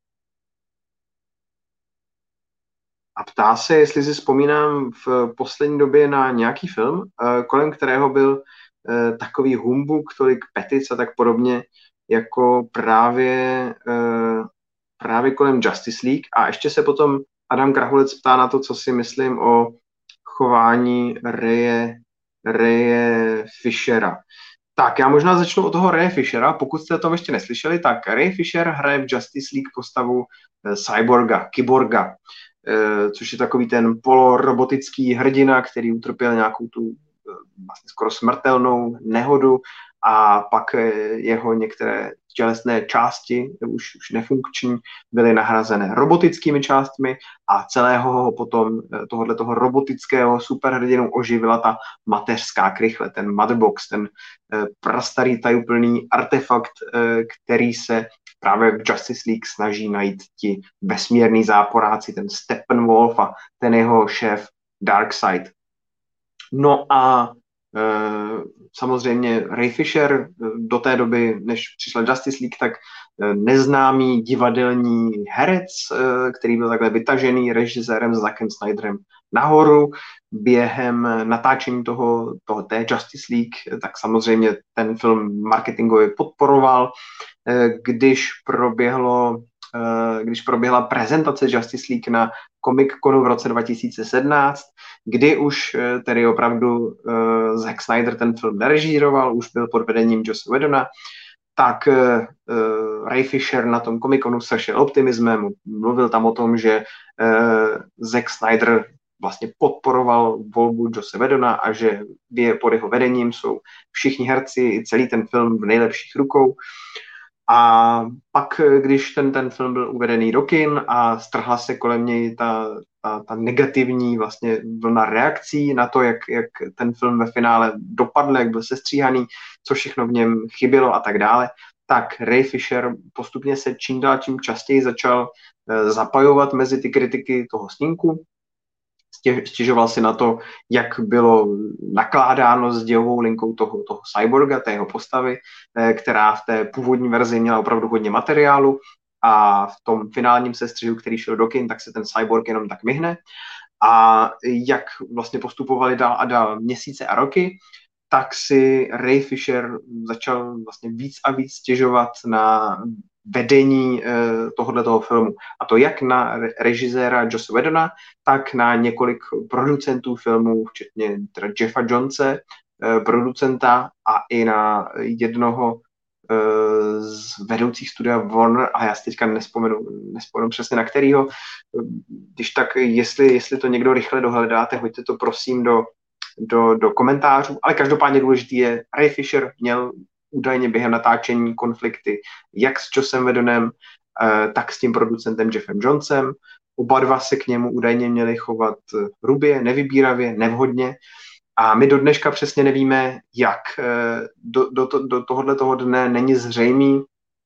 a ptá se, jestli si vzpomínám v poslední době na nějaký film, eh, kolem kterého byl eh, takový humbuk, tolik petic a tak podobně, jako právě, eh, právě kolem Justice League. A ještě se potom Adam Krahulec ptá na to, co si myslím o chování Reje, Reje Fishera. Tak, já možná začnu od toho Raye Fishera. Pokud jste o tom ještě neslyšeli, tak Ray Fisher hraje v Justice League postavu eh, Cyborga, Kyborga, eh, což je takový ten polorobotický hrdina, který utrpěl nějakou tu eh, vlastně skoro smrtelnou nehodu a pak eh, jeho některé tělesné části, už, už nefunkční, byly nahrazené robotickými částmi a celého ho potom eh, tohohle toho robotického superhrdinu oživila ta mateřská krychle, ten motherbox, ten eh, prastarý tajuplný artefakt, eh, který se právě v Justice League snaží najít ti vesmírný záporáci, ten Steppenwolf a ten jeho šéf Darkseid. No a e, samozřejmě Ray Fisher do té doby, než přišla Justice League, tak e, neznámý divadelní herec, e, který byl takhle vytažený režisérem s Zackem Snyderem nahoru během natáčení toho, toho té Justice League, tak samozřejmě ten film marketingově podporoval. E, když proběhlo když proběhla prezentace Justice League na Comic Conu v roce dva tisíce sedmnáct, kdy už tedy opravdu uh, Zack Snyder ten film nerežíroval, už byl pod vedením Josse Whedona, tak uh, Ray Fisher na tom Comic Conu sešel optimismem, mluvil tam o tom, že uh, Zack Snyder vlastně podporoval volbu Josse Whedona a že pod jeho vedením jsou všichni herci i celý ten film v nejlepších rukou. A pak, když ten, ten film byl uvedený do kin a strhla se kolem něj ta, ta, ta negativní vlastně vlna reakcí na to, jak, jak ten film ve finále dopadl, jak byl sestříhaný, co všechno v něm chybělo a tak dále, tak Ray Fisher postupně se čím dál tím častěji začal zapajovat mezi ty kritiky toho snímku. Stěžoval si na to, jak bylo nakládáno s dějovou linkou toho, toho cyborga, té jeho postavy, která v té původní verzi měla opravdu hodně materiálu a v tom finálním sestřihu, který šel do kin, tak se ten cyborg jenom tak myhne. A jak vlastně postupovali dál a dál měsíce a roky, tak si Ray Fisher začal vlastně víc a víc stěžovat na vedení eh, tohoto filmu. A to jak na režiséra Josse Whedona, tak na několik producentů filmů, včetně teda Jeffa Jonese, eh, producenta, a i na jednoho eh, z vedoucích studia Warner, a já si teďka nespomenu, nespomenu přesně na kterýho. Když tak, jestli, jestli to někdo rychle dohledáte, hoďte to prosím do, do, do komentářů, ale každopádně důležitý je, Ray Fisher měl údajně během natáčení konflikty jak s Jossem Whedonem, tak s tím producentem Jeffem Jonesem. Oba dva se k němu údajně měli chovat hrubě, nevybíravě, nevhodně A my do dneška přesně nevíme, jak. Do, do, do, do tohohle toho dne není zřejmý,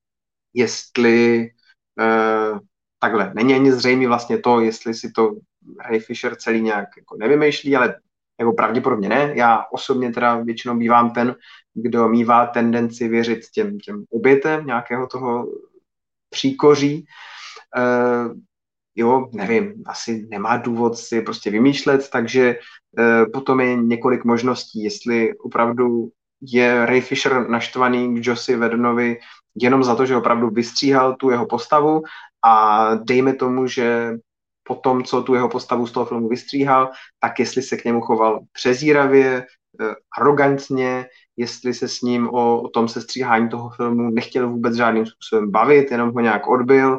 jestli uh, takhle, není ani zřejmý vlastně to, jestli si to Ray Fisher celý nějak jako nevymýšlí, ale jako pravděpodobně ne. Já osobně teda většinou bývám ten, kdo mívá tendenci věřit těm, těm obětem nějakého toho příkoří. Uh, jo, nevím, asi nemá důvod si prostě vymýšlet, takže uh, potom je několik možností, jestli opravdu je Ray Fisher naštvaný k Jossi Whedonovi jenom za to, že opravdu vystříhal tu jeho postavu a dejme tomu, že po tom, co tu jeho postavu z toho filmu vystříhal, tak jestli se k němu choval přezíravě, arrogantně, jestli se s ním o, o tom sestříhání toho filmu nechtěl vůbec žádným způsobem bavit, jenom ho nějak odbyl,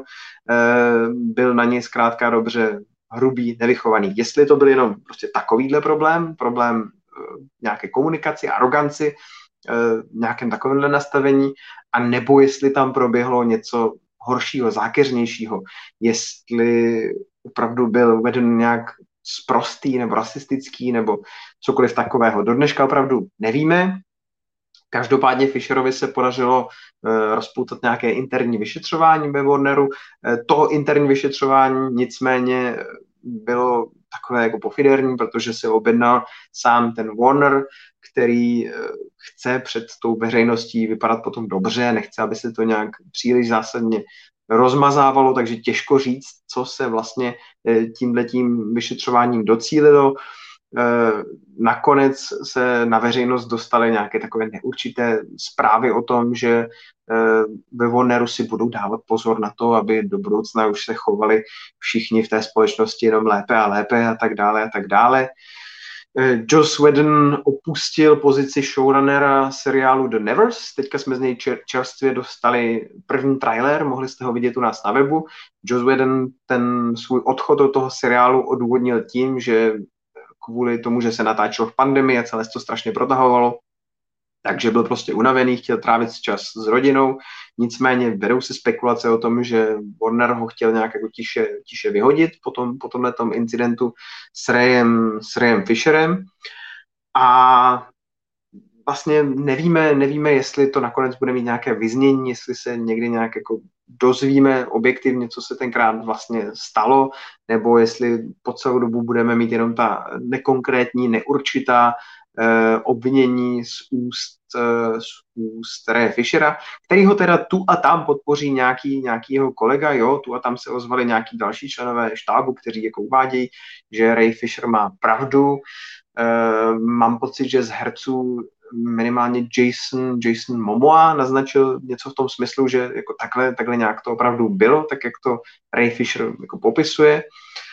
byl na něj zkrátka dobře hrubý, nevychovaný. Jestli to byl jenom prostě takovýhle problém, problém nějaké komunikaci, aroganci, nějakém takovémhle nastavení, a nebo jestli tam proběhlo něco horšího, zákeřnějšího, jestli opravdu byl uveden nějak sprostý nebo rasistický nebo cokoliv takového. Do dneška opravdu nevíme. Každopádně Fisherovi se podařilo uh, rozpoutat nějaké interní vyšetřování ve Warneru. Uh, to interní vyšetřování nicméně bylo takové jako pofiderní, protože si objednal sám ten Warner, který uh, chce před tou veřejností vypadat potom dobře, nechce, aby se to nějak příliš zásadně rozmazávalo, takže těžko říct, co se vlastně tímhletím vyšetřováním docílilo. Nakonec se na veřejnost dostaly nějaké takové neurčité zprávy o tom, že ve Warneru si budou dávat pozor na to, aby do budoucna už se chovali všichni v té společnosti jenom lépe a lépe a tak dále a tak dále. Joss Whedon opustil pozici showrunnera seriálu The Nevers. Teďka jsme z něj čer- čerstvě dostali první trailer, mohli jste ho vidět u nás na webu. Joss Whedon ten svůj odchod do toho seriálu odůvodnil tím, že kvůli tomu, že se natáčelo v pandemii a celé to strašně protahovalo, takže byl prostě unavený, chtěl trávit čas s rodinou, nicméně vedou se spekulace o tom, že Warner ho chtěl nějak jako tiše, tiše vyhodit po, tom, po tomhletom incidentu s Rayem, s Rayem Fisherem. A vlastně nevíme, nevíme, jestli to nakonec bude mít nějaké vyznění, jestli se někdy nějak jako dozvíme objektivně, co se tenkrát vlastně stalo, nebo jestli po celou dobu budeme mít jenom ta nekonkrétní, neurčitá eh, obvinění z úst, eh, z úst Raye Fishera, který ho teda tu a tam podpoří nějaký, nějaký jeho kolega, jo, tu a tam se ozvali nějaký další členové štábu, kteří jako uvádějí, že Ray Fisher má pravdu. Eh, mám pocit, že z herců minimálně Jason, Jason Momoa naznačil něco v tom smyslu, že jako takhle, takhle nějak to opravdu bylo, tak jak to Ray Fisher jako popisuje.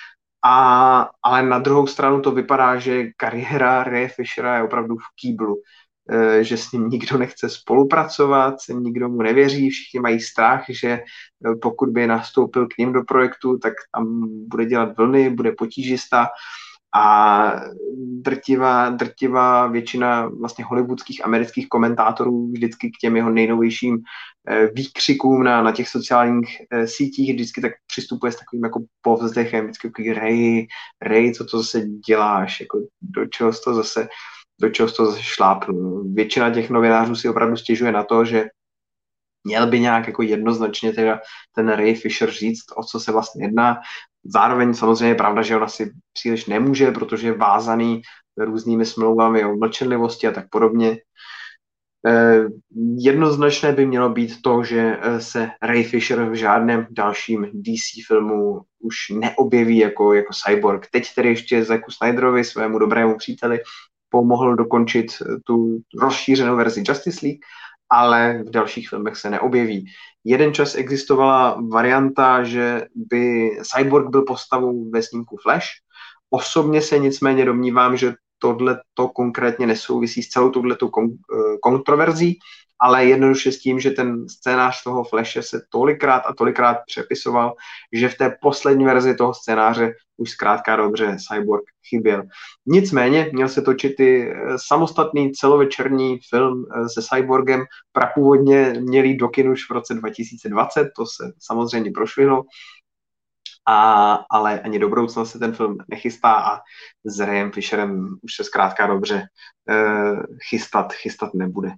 A, ale na druhou stranu to vypadá, že kariéra Raye Fishera je opravdu v kýblu, e, že s ním nikdo nechce spolupracovat, nikdo mu nevěří, všichni mají strach, že pokud by nastoupil k ním do projektu, tak tam bude dělat vlny, bude potížista. A drtivá, drtivá většina vlastně hollywoodských amerických komentátorů vždycky k těm jeho nejnovějším výkřikům na, na těch sociálních sítích vždycky tak přistupuje s takovým jako povzdechem, vždycky takový Ray, Ray, co to zase děláš, jako do čeho jsi to zase, do čeho jsi to zase šlápl. Většina těch novinářů si opravdu stěžuje na to, že měl by nějak jako jednoznačně teda ten Ray Fisher říct, o co se vlastně jedná. Zároveň samozřejmě je pravda, že on asi příliš nemůže, protože je vázaný různými smlouvami o mlčenlivosti a tak podobně. Eh, jednoznačné by mělo být to, že se Ray Fisher v žádném dalším D C filmu už neobjeví jako, jako cyborg. Teď tedy ještě Zacku Snyderovi, svému dobrému příteli, pomohl dokončit tu rozšířenou verzi Justice League, ale v dalších filmech se neobjeví. Jeden čas existovala varianta, že by Cyborg byl postavou ve snímku Flash. Osobně se nicméně domnívám, že tohle to konkrétně nesouvisí s celou touhletou kon- kontroverzí, ale jednoduše s tím, že ten scénář toho Flashe se tolikrát a tolikrát přepisoval, že v té poslední verzi toho scénáře už zkrátka dobře Cyborg chyběl. Nicméně měl se točit i samostatný celovečerní film se Cyborgem, prapůvodně měl jít do kin už v roce dva tisíce dvacet, to se samozřejmě prošvihlo. A, ale ani do budoucna se ten film nechystá a s Rayem Fisherem už se zkrátka dobře uh, chystat, chystat nebude.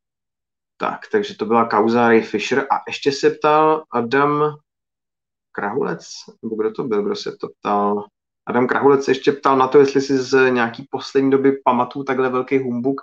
Tak, takže to byla kauza Ray Fisher a ještě se ptal Adam Krahulec, nebo kdo to byl, kdo se to ptal? Adam Krahulec se ještě ptal na to, jestli si z nějaký poslední doby pamatuju takhle velký humbuk.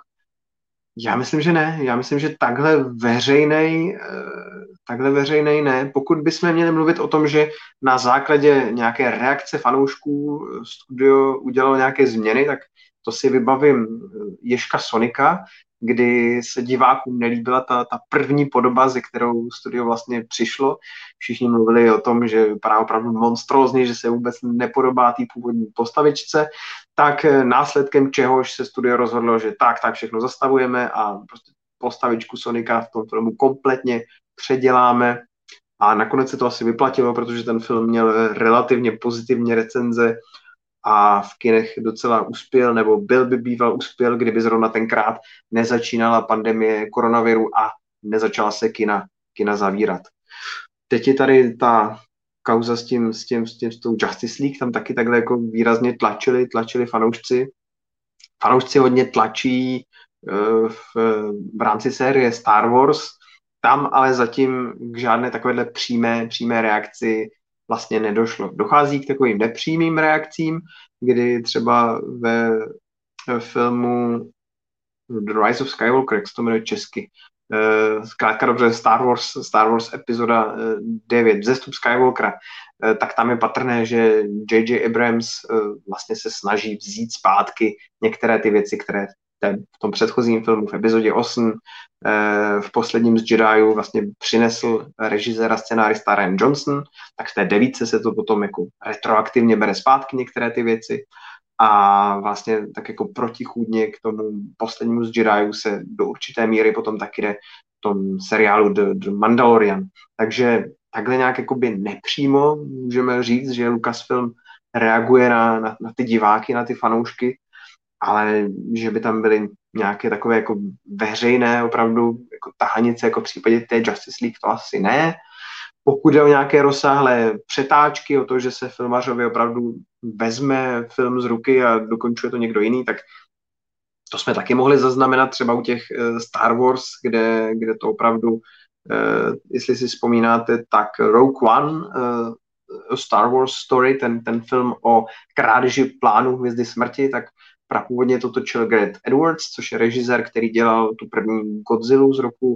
Já myslím, že ne. Já myslím, že takhle veřejnej, takhle veřejnej ne. Pokud bychom měli mluvit o tom, že na základě nějaké reakce fanoušků studio udělalo nějaké změny, tak to si vybavím Ježka Sonika, kdy se divákům nelíbila ta, ta první podoba, ze kterou studio vlastně přišlo. Všichni mluvili o tom, že vypadá opravdu monstrózně, že se vůbec nepodobá té původní postavičce, tak následkem čehož se studio rozhodlo, že tak, tak všechno zastavujeme a prostě postavičku Sonika v tom filmu kompletně předěláme. A nakonec se to asi vyplatilo, protože ten film měl relativně pozitivní recenze a v kinech docela uspěl, nebo byl by býval uspěl, kdyby zrovna tenkrát nezačínala pandemie koronaviru a nezačala se kina, kina zavírat. Teď je tady ta kauza s tím, s tím, s tím, s tou Justice League, tam taky takhle jako výrazně tlačili, tlačili fanoušci. Fanoušci hodně tlačí uh, v, v rámci série Star Wars, tam ale zatím k žádné takovéhle přímé, přímé reakci vlastně nedošlo. Dochází k takovým nepřímým reakcím, kdy třeba ve, ve filmu The Rise of Skywalker, jak se to jmenuje česky, zkrátka dobře Star Wars, Star Wars epizoda devět, Vzestup Skywalkera, tak tam je patrné, že J J Abrams vlastně se snaží vzít zpátky některé ty věci, které ten, v tom předchozím filmu, v epizodě osm, v posledním z Jediů vlastně přinesl režisér a scenárista Rian Johnson, tak v té devíce se to potom jako retroaktivně bere zpátky některé ty věci a vlastně tak jako protichůdně k tomu poslednímu z Jediů se do určité míry potom taky jde v tom seriálu The, The Mandalorian. Takže takhle nějak jakoby nepřímo můžeme říct, že Lucasfilm reaguje na, na, na ty diváky, na ty fanoušky, ale že by tam byly nějaké takové jako veřejné opravdu jako tahanice, jako v případě té Justice League, to asi ne. Pokud jde o nějaké rozsáhlé přetáčky, o to, že se filmařovi opravdu vezme film z ruky a dokončuje to někdo jiný, tak to jsme taky mohli zaznamenat třeba u těch Star Wars, kde, kde to opravdu, jestli si vzpomínáte, tak Rogue One, Star Wars Story, ten, ten film o krádeži plánu Hvězdy smrti, tak prapůvodně to točil Gareth Edwards, což je režisér, který dělal tu první Godzillu z roku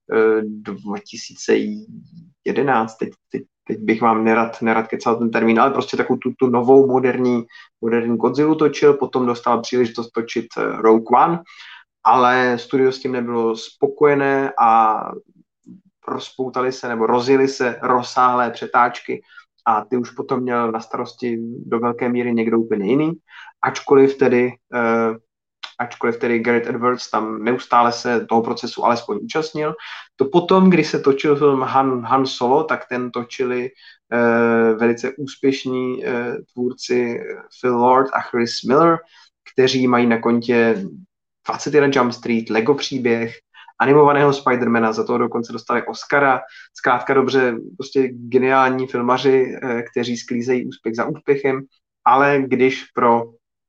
dva tisíce jedenáct, teď, teď, teď bych vám nerad, nerad kecal ten termín, ale prostě takovou tu, tu novou moderní, moderní Godzillu točil, potom dostal příležitost točit Rogue One, ale studio s tím nebylo spokojené a rozpoutali se nebo rozjeli se rozsáhlé přetáčky a ty už potom měl na starosti do velké míry někdo úplně jiný, ačkoliv tedy uh, ačkoliv tedy Gareth Edwards tam neustále se toho procesu alespoň účastnil. To potom, když se točil film Han, Han Solo, tak ten točili uh, velice úspěšní uh, tvůrci Phil Lord a Chris Miller, kteří mají na kontě dvacet jedna Jump Street, Lego příběh, animovaného Spidermana, za to dokonce dostali Oscara. Zkrátka dobře, prostě geniální filmaři, uh, kteří sklízejí úspěch za úspěchem, ale když pro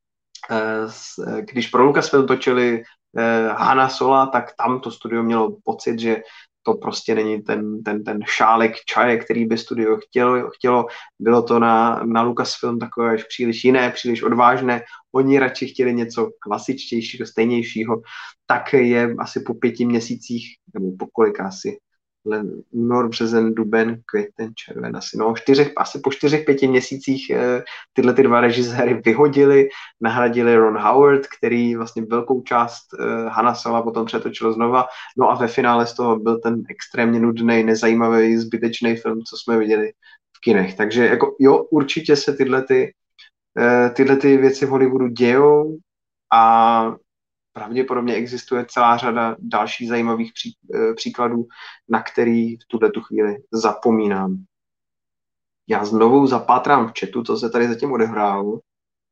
když pro Lucasfilm točili Hana Sola, tak tam to studio mělo pocit, že to prostě není ten, ten, ten šálek čaje, který by studio chtělo. chtělo. Bylo to na, na Lucasfilm takové až příliš jiné, příliš odvážné. Oni radši chtěli něco klasičtějšího, stejnějšího. Tak je asi po pěti měsících, nebo po kolika asi, únor, březen, duben, květen, červen, asi, no, čtyřech, asi po čtyřech, pěti měsících eh, tyhle ty dva režiséry vyhodili, nahradili Ron Howard, který vlastně velkou část eh, Hana Sola potom přetočil znova, no a ve finále z toho byl ten extrémně nudný, nezajímavý, zbytečný film, co jsme viděli v kinech. Takže jako jo, určitě se tyhle ty, eh, tyhle ty věci v Hollywoodu dějou a pravděpodobně existuje celá řada dalších zajímavých pří, příkladů, na který v tuhle tu chvíli zapomínám. Já znovu zapátrám v chatu, co se tady zatím odehrálo.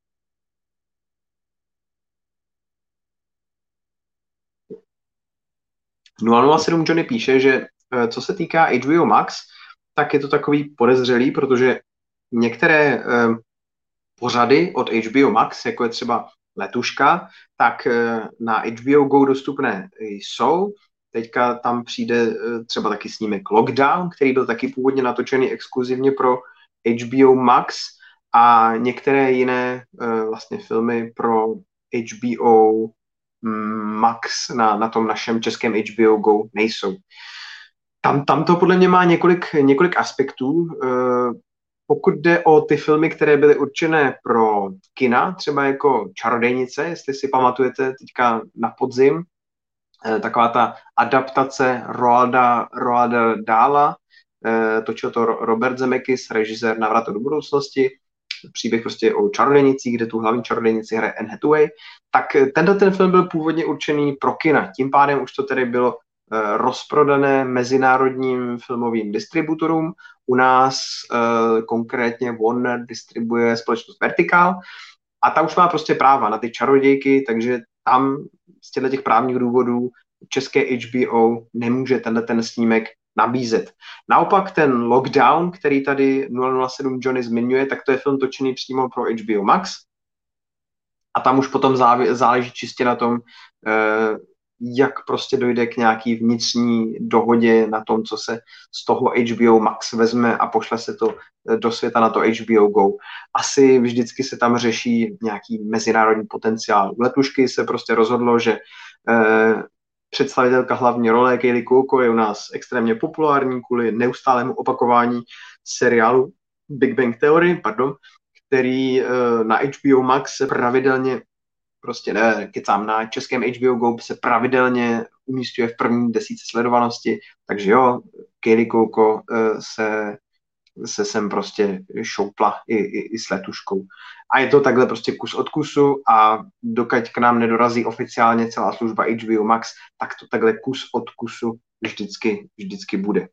nula nula sedm Johnny píše, že co se týká H B O Max, tak je to takový podezřelý, protože některé pořady od H B O Max, jako je třeba Letuška, tak na H B O Go dostupné jsou. Teďka tam přijde třeba taky snímek Lockdown, který byl taky původně natočený exkluzivně pro H B O Max, a některé jiné vlastně filmy pro H B O Max na, na tom našem českém H B O Go nejsou. Tam, tam to podle mě má několik, několik aspektů. Pokud jde o ty filmy, které byly určené pro kina, třeba jako Čarodejnice, jestli si pamatujete teďka na podzim, taková ta adaptace Roalda, Roalda Dahla, točil to Robert Zemeckis, režisér Návratu do budoucnosti, příběh prostě o čarodejnicích, kde tu hlavní čarodejnici hraje Anne Hathaway, tak tenhle ten film byl původně určený pro kina. Tím pádem už to tedy bylo rozprodané mezinárodním filmovým distributorům. U nás uh, konkrétně Warner distribuje společnost Vertical a ta už má prostě práva na ty čarodějky, takže tam z těchto těch právních důvodů české H B O nemůže tenhle ten snímek nabízet. Naopak ten Lockdown, který tady nula nula sedm Johnny zmiňuje, tak to je film točený přímo pro H B O Max a tam už potom záleží čistě na tom, uh, jak prostě dojde k nějaký vnitřní dohodě na tom, co se z toho H B O Max vezme a pošle se to do světa na to H B O Go. Asi vždycky se tam řeší nějaký mezinárodní potenciál. U Letušky se prostě rozhodlo, že eh, představitelka hlavní role Kaley Cuoco je u nás extrémně populární kvůli neustálému opakování seriálu Big Bang Theory, pardon, který eh, na H B O Max se pravidelně prostě ne, kecám, na českém H B O Go se pravidelně umístuje v první desítce sledovanosti, takže jo, Kaley Cuoco uh, se, se sem prostě šoupla i, i, i s Letuškou. A je to takhle prostě kus od kusu a dokud k nám nedorazí oficiálně celá služba H B O Max, tak to takhle kus od kusu vždycky, vždycky bude.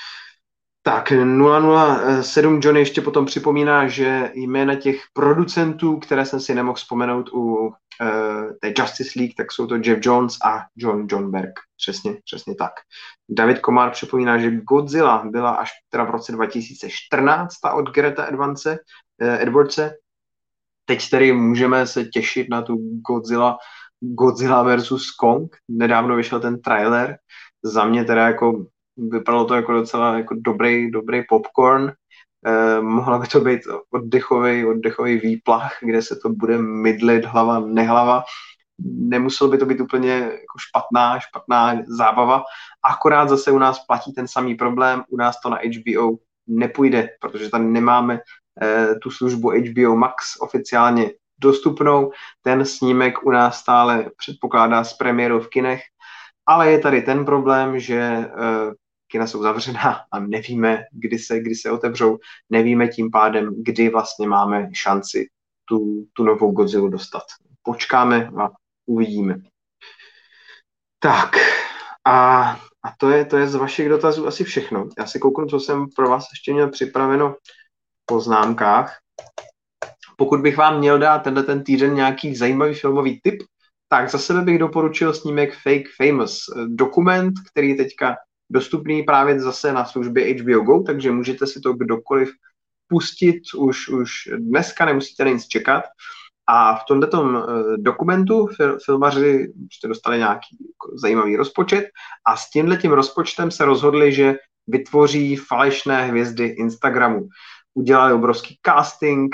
Tak, nula nula sedm Johnny ještě potom připomíná, že jména těch producentů, které jsem si nemohl vzpomenout u uh, té Justice League, tak jsou to Jeff Jones a John John Berg. Přesně, přesně tak. David Komár připomíná, že Godzilla byla až teda v roce dva tisíce čtrnáct od Gareta Edwardse, uh, Edwardse. Teď tedy můžeme se těšit na tu Godzilla, Godzilla versus Kong. Nedávno vyšel ten trailer. Za mě teda jako vypadalo to jako docela jako dobrý, dobrý popcorn. Eh, mohla by to být oddechový, oddechový výplach, kde se to bude mydlit hlava, nehlava. Nemuselo by to být úplně jako špatná, špatná zábava. Akorát zase u nás platí ten samý problém. U nás to na H B O nepůjde, protože tam nemáme eh, tu službu H B O Max oficiálně dostupnou. Ten snímek u nás stále předpokládá s premiérou v kinech, ale je tady ten problém, že eh, kina jsou zavřená a nevíme, kdy se, kdy se otevřou, nevíme tím pádem, kdy vlastně máme šanci tu, tu novou Godzillu dostat. Počkáme a uvidíme. Tak a, a to, je, to je z vašich dotazů asi všechno. Já si kouknu, co jsem pro vás ještě měl připraveno v poznámkách. Pokud bych vám měl dát tenhle ten týden nějaký zajímavý filmový tip, tak za sebe bych doporučil snímek Fake Famous, dokument, který je teďka dostupný právě zase na službě H B O Go, takže můžete si to kdokoliv pustit už, už dneska, nemusíte na nic čekat. A v tomto dokumentu filmaři prostě dostali nějaký zajímavý rozpočet a s tímhletím rozpočtem se rozhodli, že vytvoří falešné hvězdy Instagramu. Udělali obrovský casting,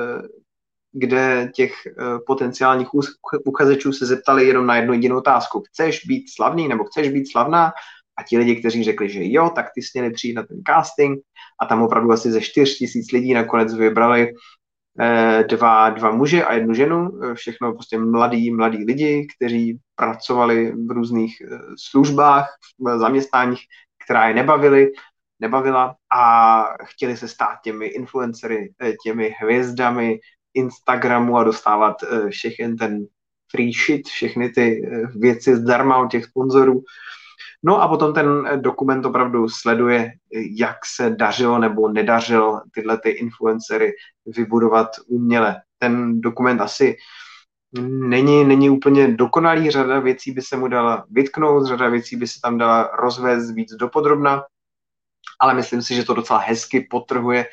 kde těch potenciálních uchazečů se zeptali jenom na jednu jedinou otázku. Chceš být slavný nebo chceš být slavná? A ti lidi, kteří řekli, že jo, tak ty směli přijít na ten casting a tam opravdu asi ze čtyř tisíc lidí nakonec vybrali eh, dva, dva muže a jednu ženu, všechno prostě mladí, mladí lidi, kteří pracovali v různých eh, službách, v zaměstnáních, která je nebavili, nebavila a chtěli se stát těmi influencery, eh, těmi hvězdami Instagramu a dostávat eh, všechny ten free shit, všechny ty eh, věci zdarma od těch sponzorů. No a potom ten dokument opravdu sleduje, jak se dařilo nebo nedařilo tyhle ty influencery vybudovat uměle. Ten dokument asi není, není úplně dokonalý, řada věcí by se mu dala vytknout, řada věcí by se tam dala rozvést víc dopodrobna, ale myslím si, že to docela hezky podtrhuje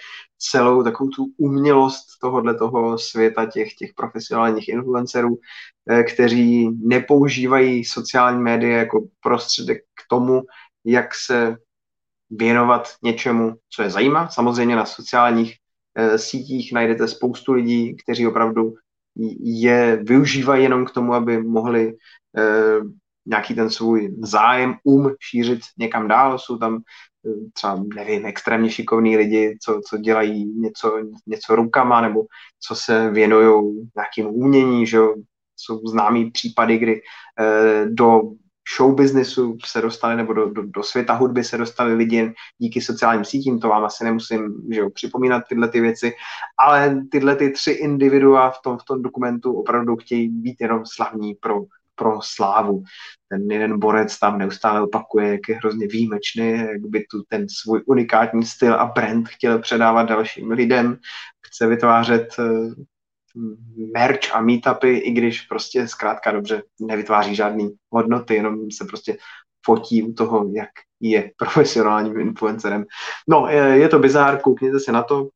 celou takovou tu umělost tohohle toho světa těch, těch profesionálních influencerů, kteří nepoužívají sociální média jako prostředek k tomu, jak se věnovat něčemu, co je zajímá. Samozřejmě na sociálních e, sítích najdete spoustu lidí, kteří opravdu je využívají jenom k tomu, aby mohli e, nějaký ten svůj zájem, um šířit někam dál. Jsou tam e, třeba, nevím, extrémně šikovní lidi, co, co dělají něco, něco rukama, nebo co se věnují nějakým umění, že jo. Jsou známý případy, kdy e, do show businessu se dostali, nebo do, do, do světa hudby se dostali lidi díky sociálním sítím, to vám asi nemusím, že jo, připomínat tyhle ty věci, ale tyhle ty tři individua v tom, v tom dokumentu opravdu chtějí být jenom slavní pro, pro slávu. Ten jeden borec tam neustále opakuje, jak je hrozně výjimečný, jak by tu ten svůj unikátní styl a brand chtěl předávat dalším lidem, chce vytvářet merch a meetupy, i když prostě zkrátka dobře nevytváří žádný hodnoty, jenom se prostě fotí u toho, jak je profesionálním influencerem. No, je, je to bizár, koukněte se na to.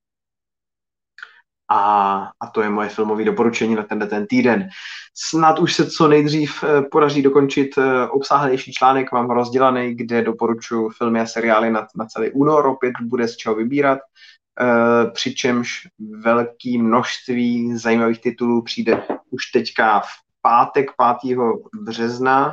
A, a to je moje filmové doporučení na tenhle ten týden. Snad už se co nejdřív podaří dokončit obsáhlejší článek, mám rozdělaný, kde doporučuji filmy a seriály na, na celý únor, opět bude z čeho vybírat. Uh, přičemž velké množství zajímavých titulů přijde už teďka v pátek pátého března.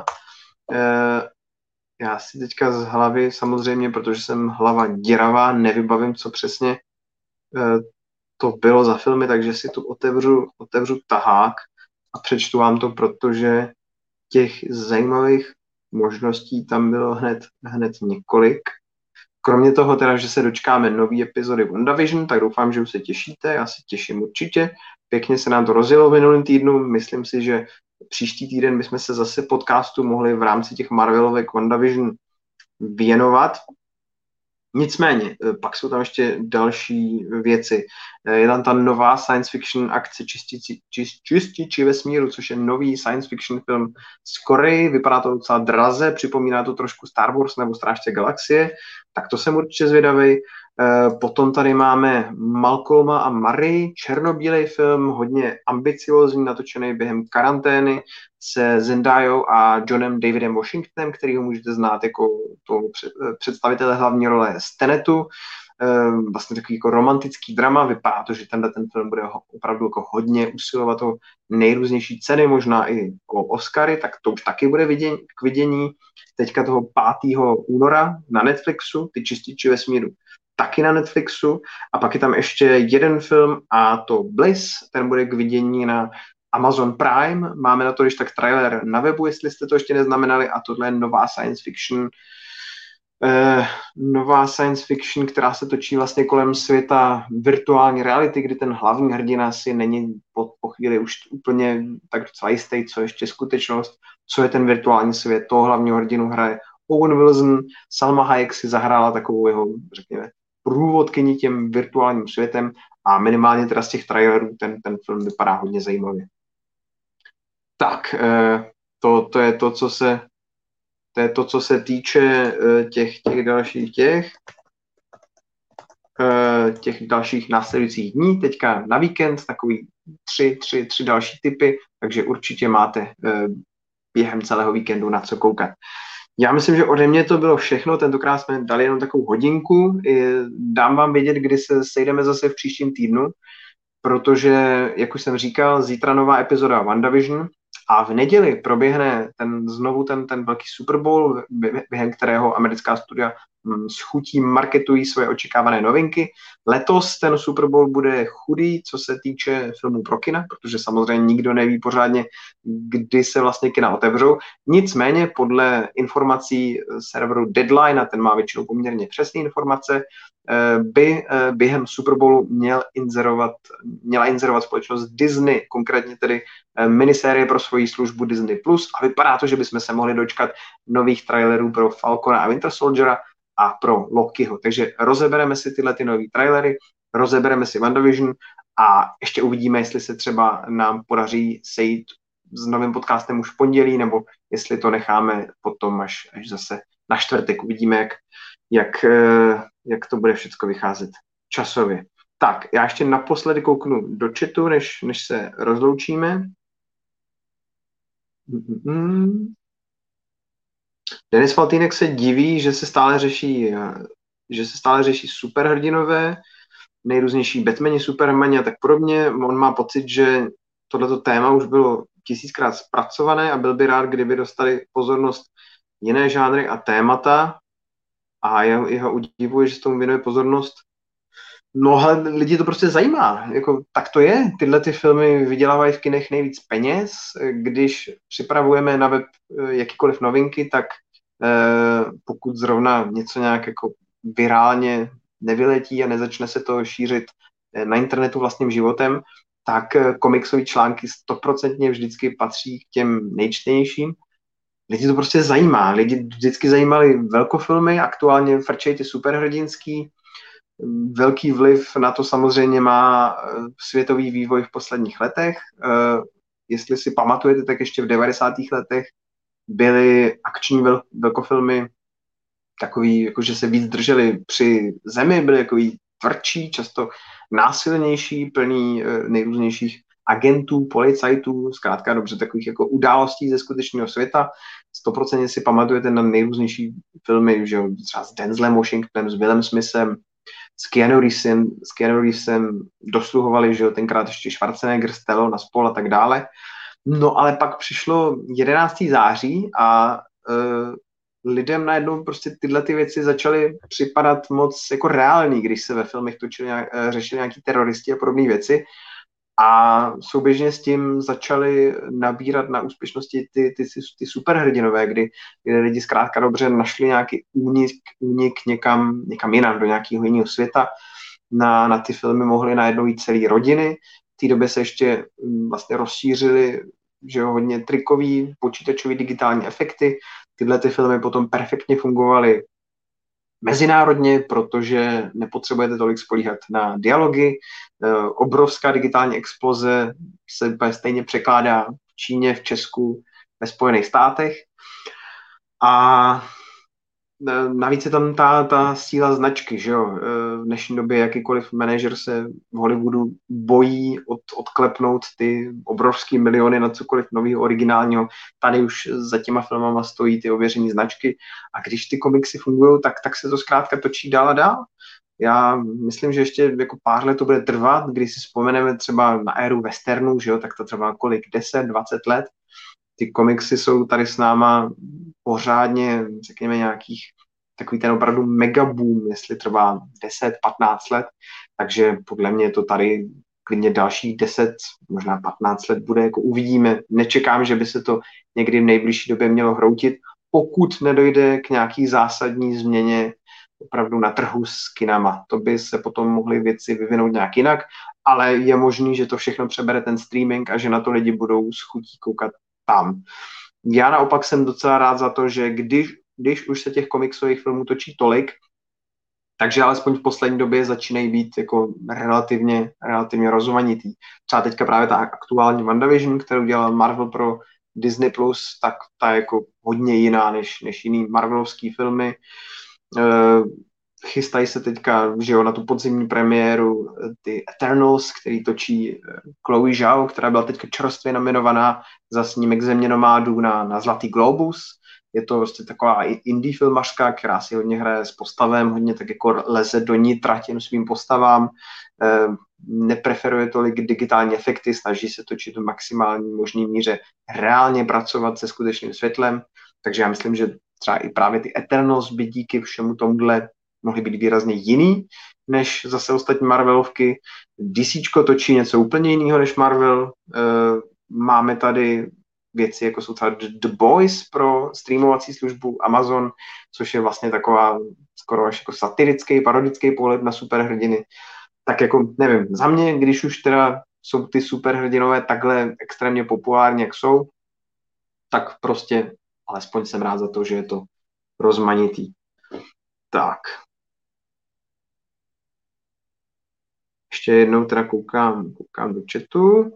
Uh, já si teďka z hlavy, samozřejmě, protože jsem hlava děravá, nevybavím, co přesně uh, to bylo za filmy, takže si tu otevřu, otevřu tahák a přečtu vám to, protože těch zajímavých možností tam bylo hned, hned několik. Kromě toho teda, že se dočkáme nový epizody WandaVision, tak doufám, že už se těšíte, já se těším určitě. Pěkně se nám to rozjelo v minulém týdnu, myslím si, že příští týden bychom se zase podcastu mohli v rámci těch Marvelovek WandaVision věnovat. Nicméně, pak jsou tam ještě další věci. Je tam ta nová science fiction akce Čističi, Čističi vesmíru, což je nový science fiction film z Koreji. Vypadá to docela draze, připomíná to trošku Star Wars nebo Strážce galaxie, tak to jsem určitě zvědavý. Potom tady máme Malcolma a Marie, černobílej film, hodně ambiciózní, natočený během karantény se Zendayou a Johnem Davidem Washingtonem, kterýho můžete znát jako toho představitele hlavní role z Tenetu. Vlastně takový jako romantický drama. Vypadá to, že tenhle ten film bude opravdu jako hodně usilovat o nejrůznější ceny, možná i o Oscary, tak to už taky bude vidění, k vidění. Teďka toho pátého února na Netflixu, Ty čističi vesmíru, taky na Netflixu. A pak je tam ještě jeden film a to Bliss, ten bude k vidění na Amazon Prime. Máme na to když tak trailer na webu, jestli jste to ještě neznamenali, a tohle je nová science fiction Uh, nová science fiction, která se točí vlastně kolem světa virtuální reality, kdy ten hlavní hrdina si není po, po chvíli už úplně tak docela jistý, co ještě skutečnost, co je ten virtuální svět. Toho hlavního hrdinu hraje Owen Wilson, Salma Hayek si zahrála takovou jeho, řekněme, průvodkyni těm virtuálním světem a minimálně teda z těch trailerů ten, ten film vypadá hodně zajímavě. Tak, uh, to, to je to, co se To je to, co se týče těch, těch dalších těch, těch dalších následujících dní. Teďka na víkend takový tři, tři, tři další typy, takže určitě máte během celého víkendu na co koukat. Já myslím, že ode mě to bylo všechno. Tentokrát jsme dali jenom takovou hodinku. Dám vám vědět, kdy se sejdeme zase v příštím týdnu, protože, jak už jsem říkal, zítra nová epizoda WandaVision, a v neděli proběhne ten, znovu ten, ten velký Super Bowl, během kterého americká studia s chutí marketují svoje očekávané novinky. Letos ten Super Bowl bude chudý, co se týče filmů pro kina, protože samozřejmě nikdo neví pořádně, kdy se vlastně kina otevřou. Nicméně podle informací serveru Deadline, a ten má většinou poměrně přesné informace, by během Super Bowlu měl inzerovat, měla inzerovat společnost Disney, konkrétně tedy minisérie pro svoji službu Disney plus, a vypadá to, že bychom se mohli dočkat nových trailerů pro Falcona a Winter Soldiera a pro Lokiho. Takže rozebereme si tyhle ty nový trailery, rozebereme si WandaVision a ještě uvidíme, jestli se třeba nám podaří sejít s novým podcastem už v pondělí, nebo jestli to necháme potom až, až zase na čtvrtek. Uvidíme, jak, jak, jak to bude všechno vycházet časově. Tak, já ještě naposledy kouknu do chatu, než, než se rozloučíme. Mm-mm. Denis Faltýnek se diví, že se stále řeší, eh, že se stále řeší superhrdinové, nejrůznější Batmani, Supermani a tak podobně. On má pocit, že tohleto téma už bylo tisíckrát zpracované a byl by rád, kdyby dostali pozornost jiné žánry a témata a jeho, jeho udivuje, že se tomu věnuje pozornost. No ale lidi to prostě zajímá. Jako, tak to je. Tyhle ty filmy vydělávají v kinech nejvíc peněz. Když připravujeme na web eh, jakýkoliv novinky, tak eh, pokud zrovna něco nějak jako virálně nevyletí a nezačne se to šířit eh, na internetu vlastním životem, tak eh, komiksové články stoprocentně vždycky patří k těm nejčtenějším. Lidi to prostě zajímá. Lidi vždycky zajímali velkofilmy, aktuálně frčejí ty superhrdinský. Velký vliv na to samozřejmě má eh, světový vývoj v posledních letech. Eh, Jestli si pamatujete, tak ještě v devadesátých letech byly akční vel- velkofilmy takový, jakože se víc drželi při zemi, byly takový tvrdší, často násilnější, plný eh, nejrůznějších agentů, policajtů, zkrátka dobře takových jako událostí ze skutečného světa. Stoprocentně si pamatujete na nejrůznější filmy, že třeba s Denzlem Washingtonem, s Willem Smithem, s Keanu Reevesem, s Keanu Reevesem dosluhovali, že jo, tenkrát ještě Schwarzenegger, Stallone a spol a tak dále. No ale pak přišlo jedenáctého září a uh, lidem najednou prostě tyhle ty věci začaly připadat moc jako reální, když se ve filmech točili, uh, řešili nějaký teroristi a podobné věci. A souběžně s tím začaly nabírat na úspěšnosti ty, ty, ty, ty superhrdinové, kdy, kdy lidi zkrátka dobře našli nějaký únik, únik někam, někam jinam, do nějakého jiného světa. Na, na ty filmy mohly najednou jít celé rodiny. V té době se ještě mm, vlastně rozšířily, že jo, hodně trikový, počítačový digitální efekty. Tyhle ty filmy potom perfektně fungovaly mezinárodně, protože nepotřebujete tolik spolíhat na dialogy. Obrovská digitální exploze se stejně překládá v Číně, v Česku, ve Spojených státech. A navíc je tam ta, ta síla značky, že jo. V dnešní době jakýkoliv manažer se v Hollywoodu bojí od, odklepnout ty obrovský miliony na cokoliv nového, originálního. Tady už za těma filmama stojí ty ověřené značky a když ty komiksy fungují, tak, tak se to zkrátka točí dál a dál. Já myslím, že ještě jako pár let to bude trvat, když si vzpomeneme třeba na éru westernů, že jo, tak to trvá kolik, deset, dvacet let. Ty komiksy jsou tady s náma pořádně, řekněme, nějakých takový ten opravdu mega boom, jestli trvá deset, patnáct let, takže podle mě to tady klidně dalších deset, možná patnáct let bude, jako uvidíme. Nečekám, že by se to někdy v nejbližší době mělo hroutit, pokud nedojde k nějaký zásadní změně opravdu na trhu s kinama. To by se potom mohly věci vyvinout nějak jinak, ale je možný, že to všechno přebere ten streaming a že na to lidi budou s chutí koukat tam. Já naopak jsem docela rád za to, že když, když už se těch komiksových filmů točí tolik, takže alespoň v poslední době začínají být jako relativně, relativně rozmanitý. Třeba teďka právě ta aktuální WandaVision, kterou dělal Marvel pro Disney+, plus, tak ta je jako hodně jiná než, než jiný marvelovský filmy. Uh, chystají se teďka, že jo, na tu podzimní premiéru ty Eternals, který točí Chloe Zhao, která byla teďka čerstvě nominovaná za snímek Země nomádů na, na Zlatý globus. Je to vlastně taková indie filmařka, která si hodně hraje s postavem, hodně tak jako leze do nitra těm svým postavám, e, nepreferuje tolik digitální efekty, snaží se točit v maximální možné míře reálně pracovat se skutečným světlem, takže já myslím, že třeba i právě ty Eternals by díky všemu tomuhle mohly být výrazně jiný než zase ostatní Marvelovky. DCčko točí něco úplně jiného než Marvel. E, máme tady věci, jako jsou třeba The Boys pro streamovací službu Amazon, což je vlastně taková skoro až jako satirický, parodický pohled na superhrdiny. Tak jako, nevím, za mě, když už teda jsou ty superhrdinové takhle extrémně populární, jak jsou, tak prostě alespoň jsem rád za to, že je to rozmanitý. Tak. Ještě jednou teda koukám, koukám do chatu.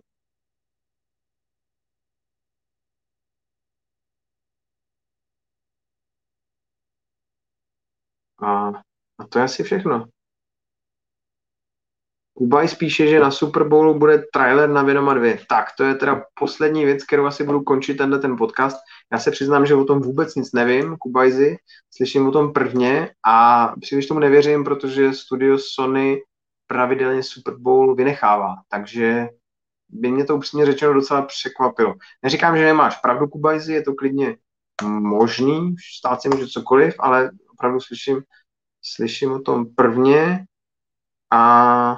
A, a to je asi všechno. Kubaj spíše, že na Super Bowlu bude trailer na Venoma dva. Tak, to je teda poslední věc, kterou asi budu končit tenhle ten podcast. Já se přiznám, že o tom vůbec nic nevím, Kubajzi, slyším o tom prvně a příliš tomu nevěřím, protože studio Sony pravidelně Super Bowl vynechává, takže by mě to upřímně řečeno docela překvapilo. Neříkám, že nemáš pravdu, Kubajzi, je to klidně možný, stát se může cokoliv, ale opravdu slyším, slyším o tom prvně a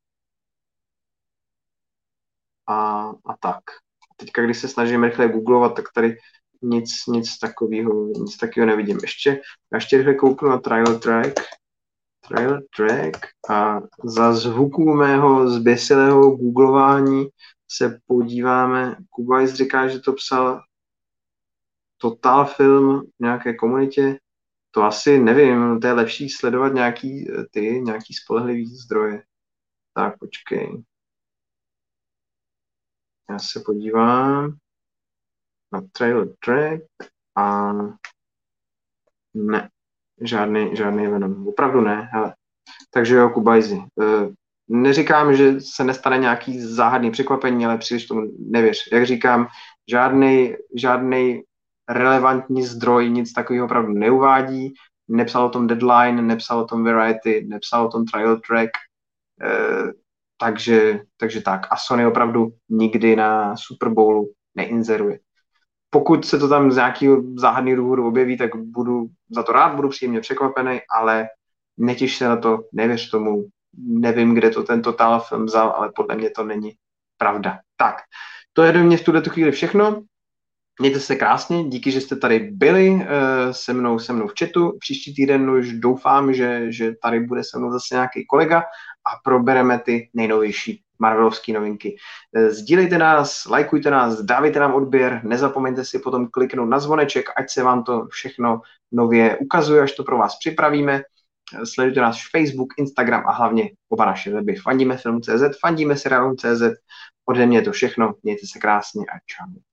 A, a tak. Teďka, když se snažím rychle googlovat, tak tady nic, nic takového, nic takového nevidím. Ještě, já ještě rychle kouknu na trailer track. Trailer track a za zvuku mého zběsilého googlování se podíváme. Kubajs říká, že to psal Total Film v nějaké komunitě. To asi nevím, to je lepší sledovat nějaký ty, nějaký spolehlivý zdroje. Tak, počkej. Já se podívám na trailer track a ne, žádný, žádný Venom. Opravdu ne, hele. Takže jo, Kubajzi. Neříkám, že se nestane nějaký záhadný překvapení, ale příliš tomu nevěř. Jak říkám, žádný, žádný relevantní zdroj nic takového opravdu neuvádí. Nepsal o tom Deadline, nepsal o tom Variety, nepsal o tom trailer track. Takže, takže tak. A Sony opravdu nikdy na Super Bowlu neinzeruje. Pokud se to tam z nějakého záhadného důvodu objeví, tak budu za to rád, budu příjemně překvapený, ale netěš se na to, nevěř tomu, nevím, kde to ten Total Film vzal, ale podle mě to není pravda. Tak, to je do mě v tuhle chvíli všechno. Mějte se krásně, díky, že jste tady byli uh, se mnou, se mnou v chatu. Příští týden už doufám, že, že tady bude se mnou zase nějaký kolega a probereme ty nejnovější Marvelovské novinky. Sdílejte nás, lajkujte nás, dávejte nám odběr, nezapomeňte si potom kliknout na zvoneček, ať se vám to všechno nově ukazuje, až to pro vás připravíme. Sledujte náš Facebook, Instagram a hlavně oba naše weby fandíme filmu tečka cé zet, fandíme seriálům tečka cé zet. Ode mě je to všechno, mějte se krásně a čau.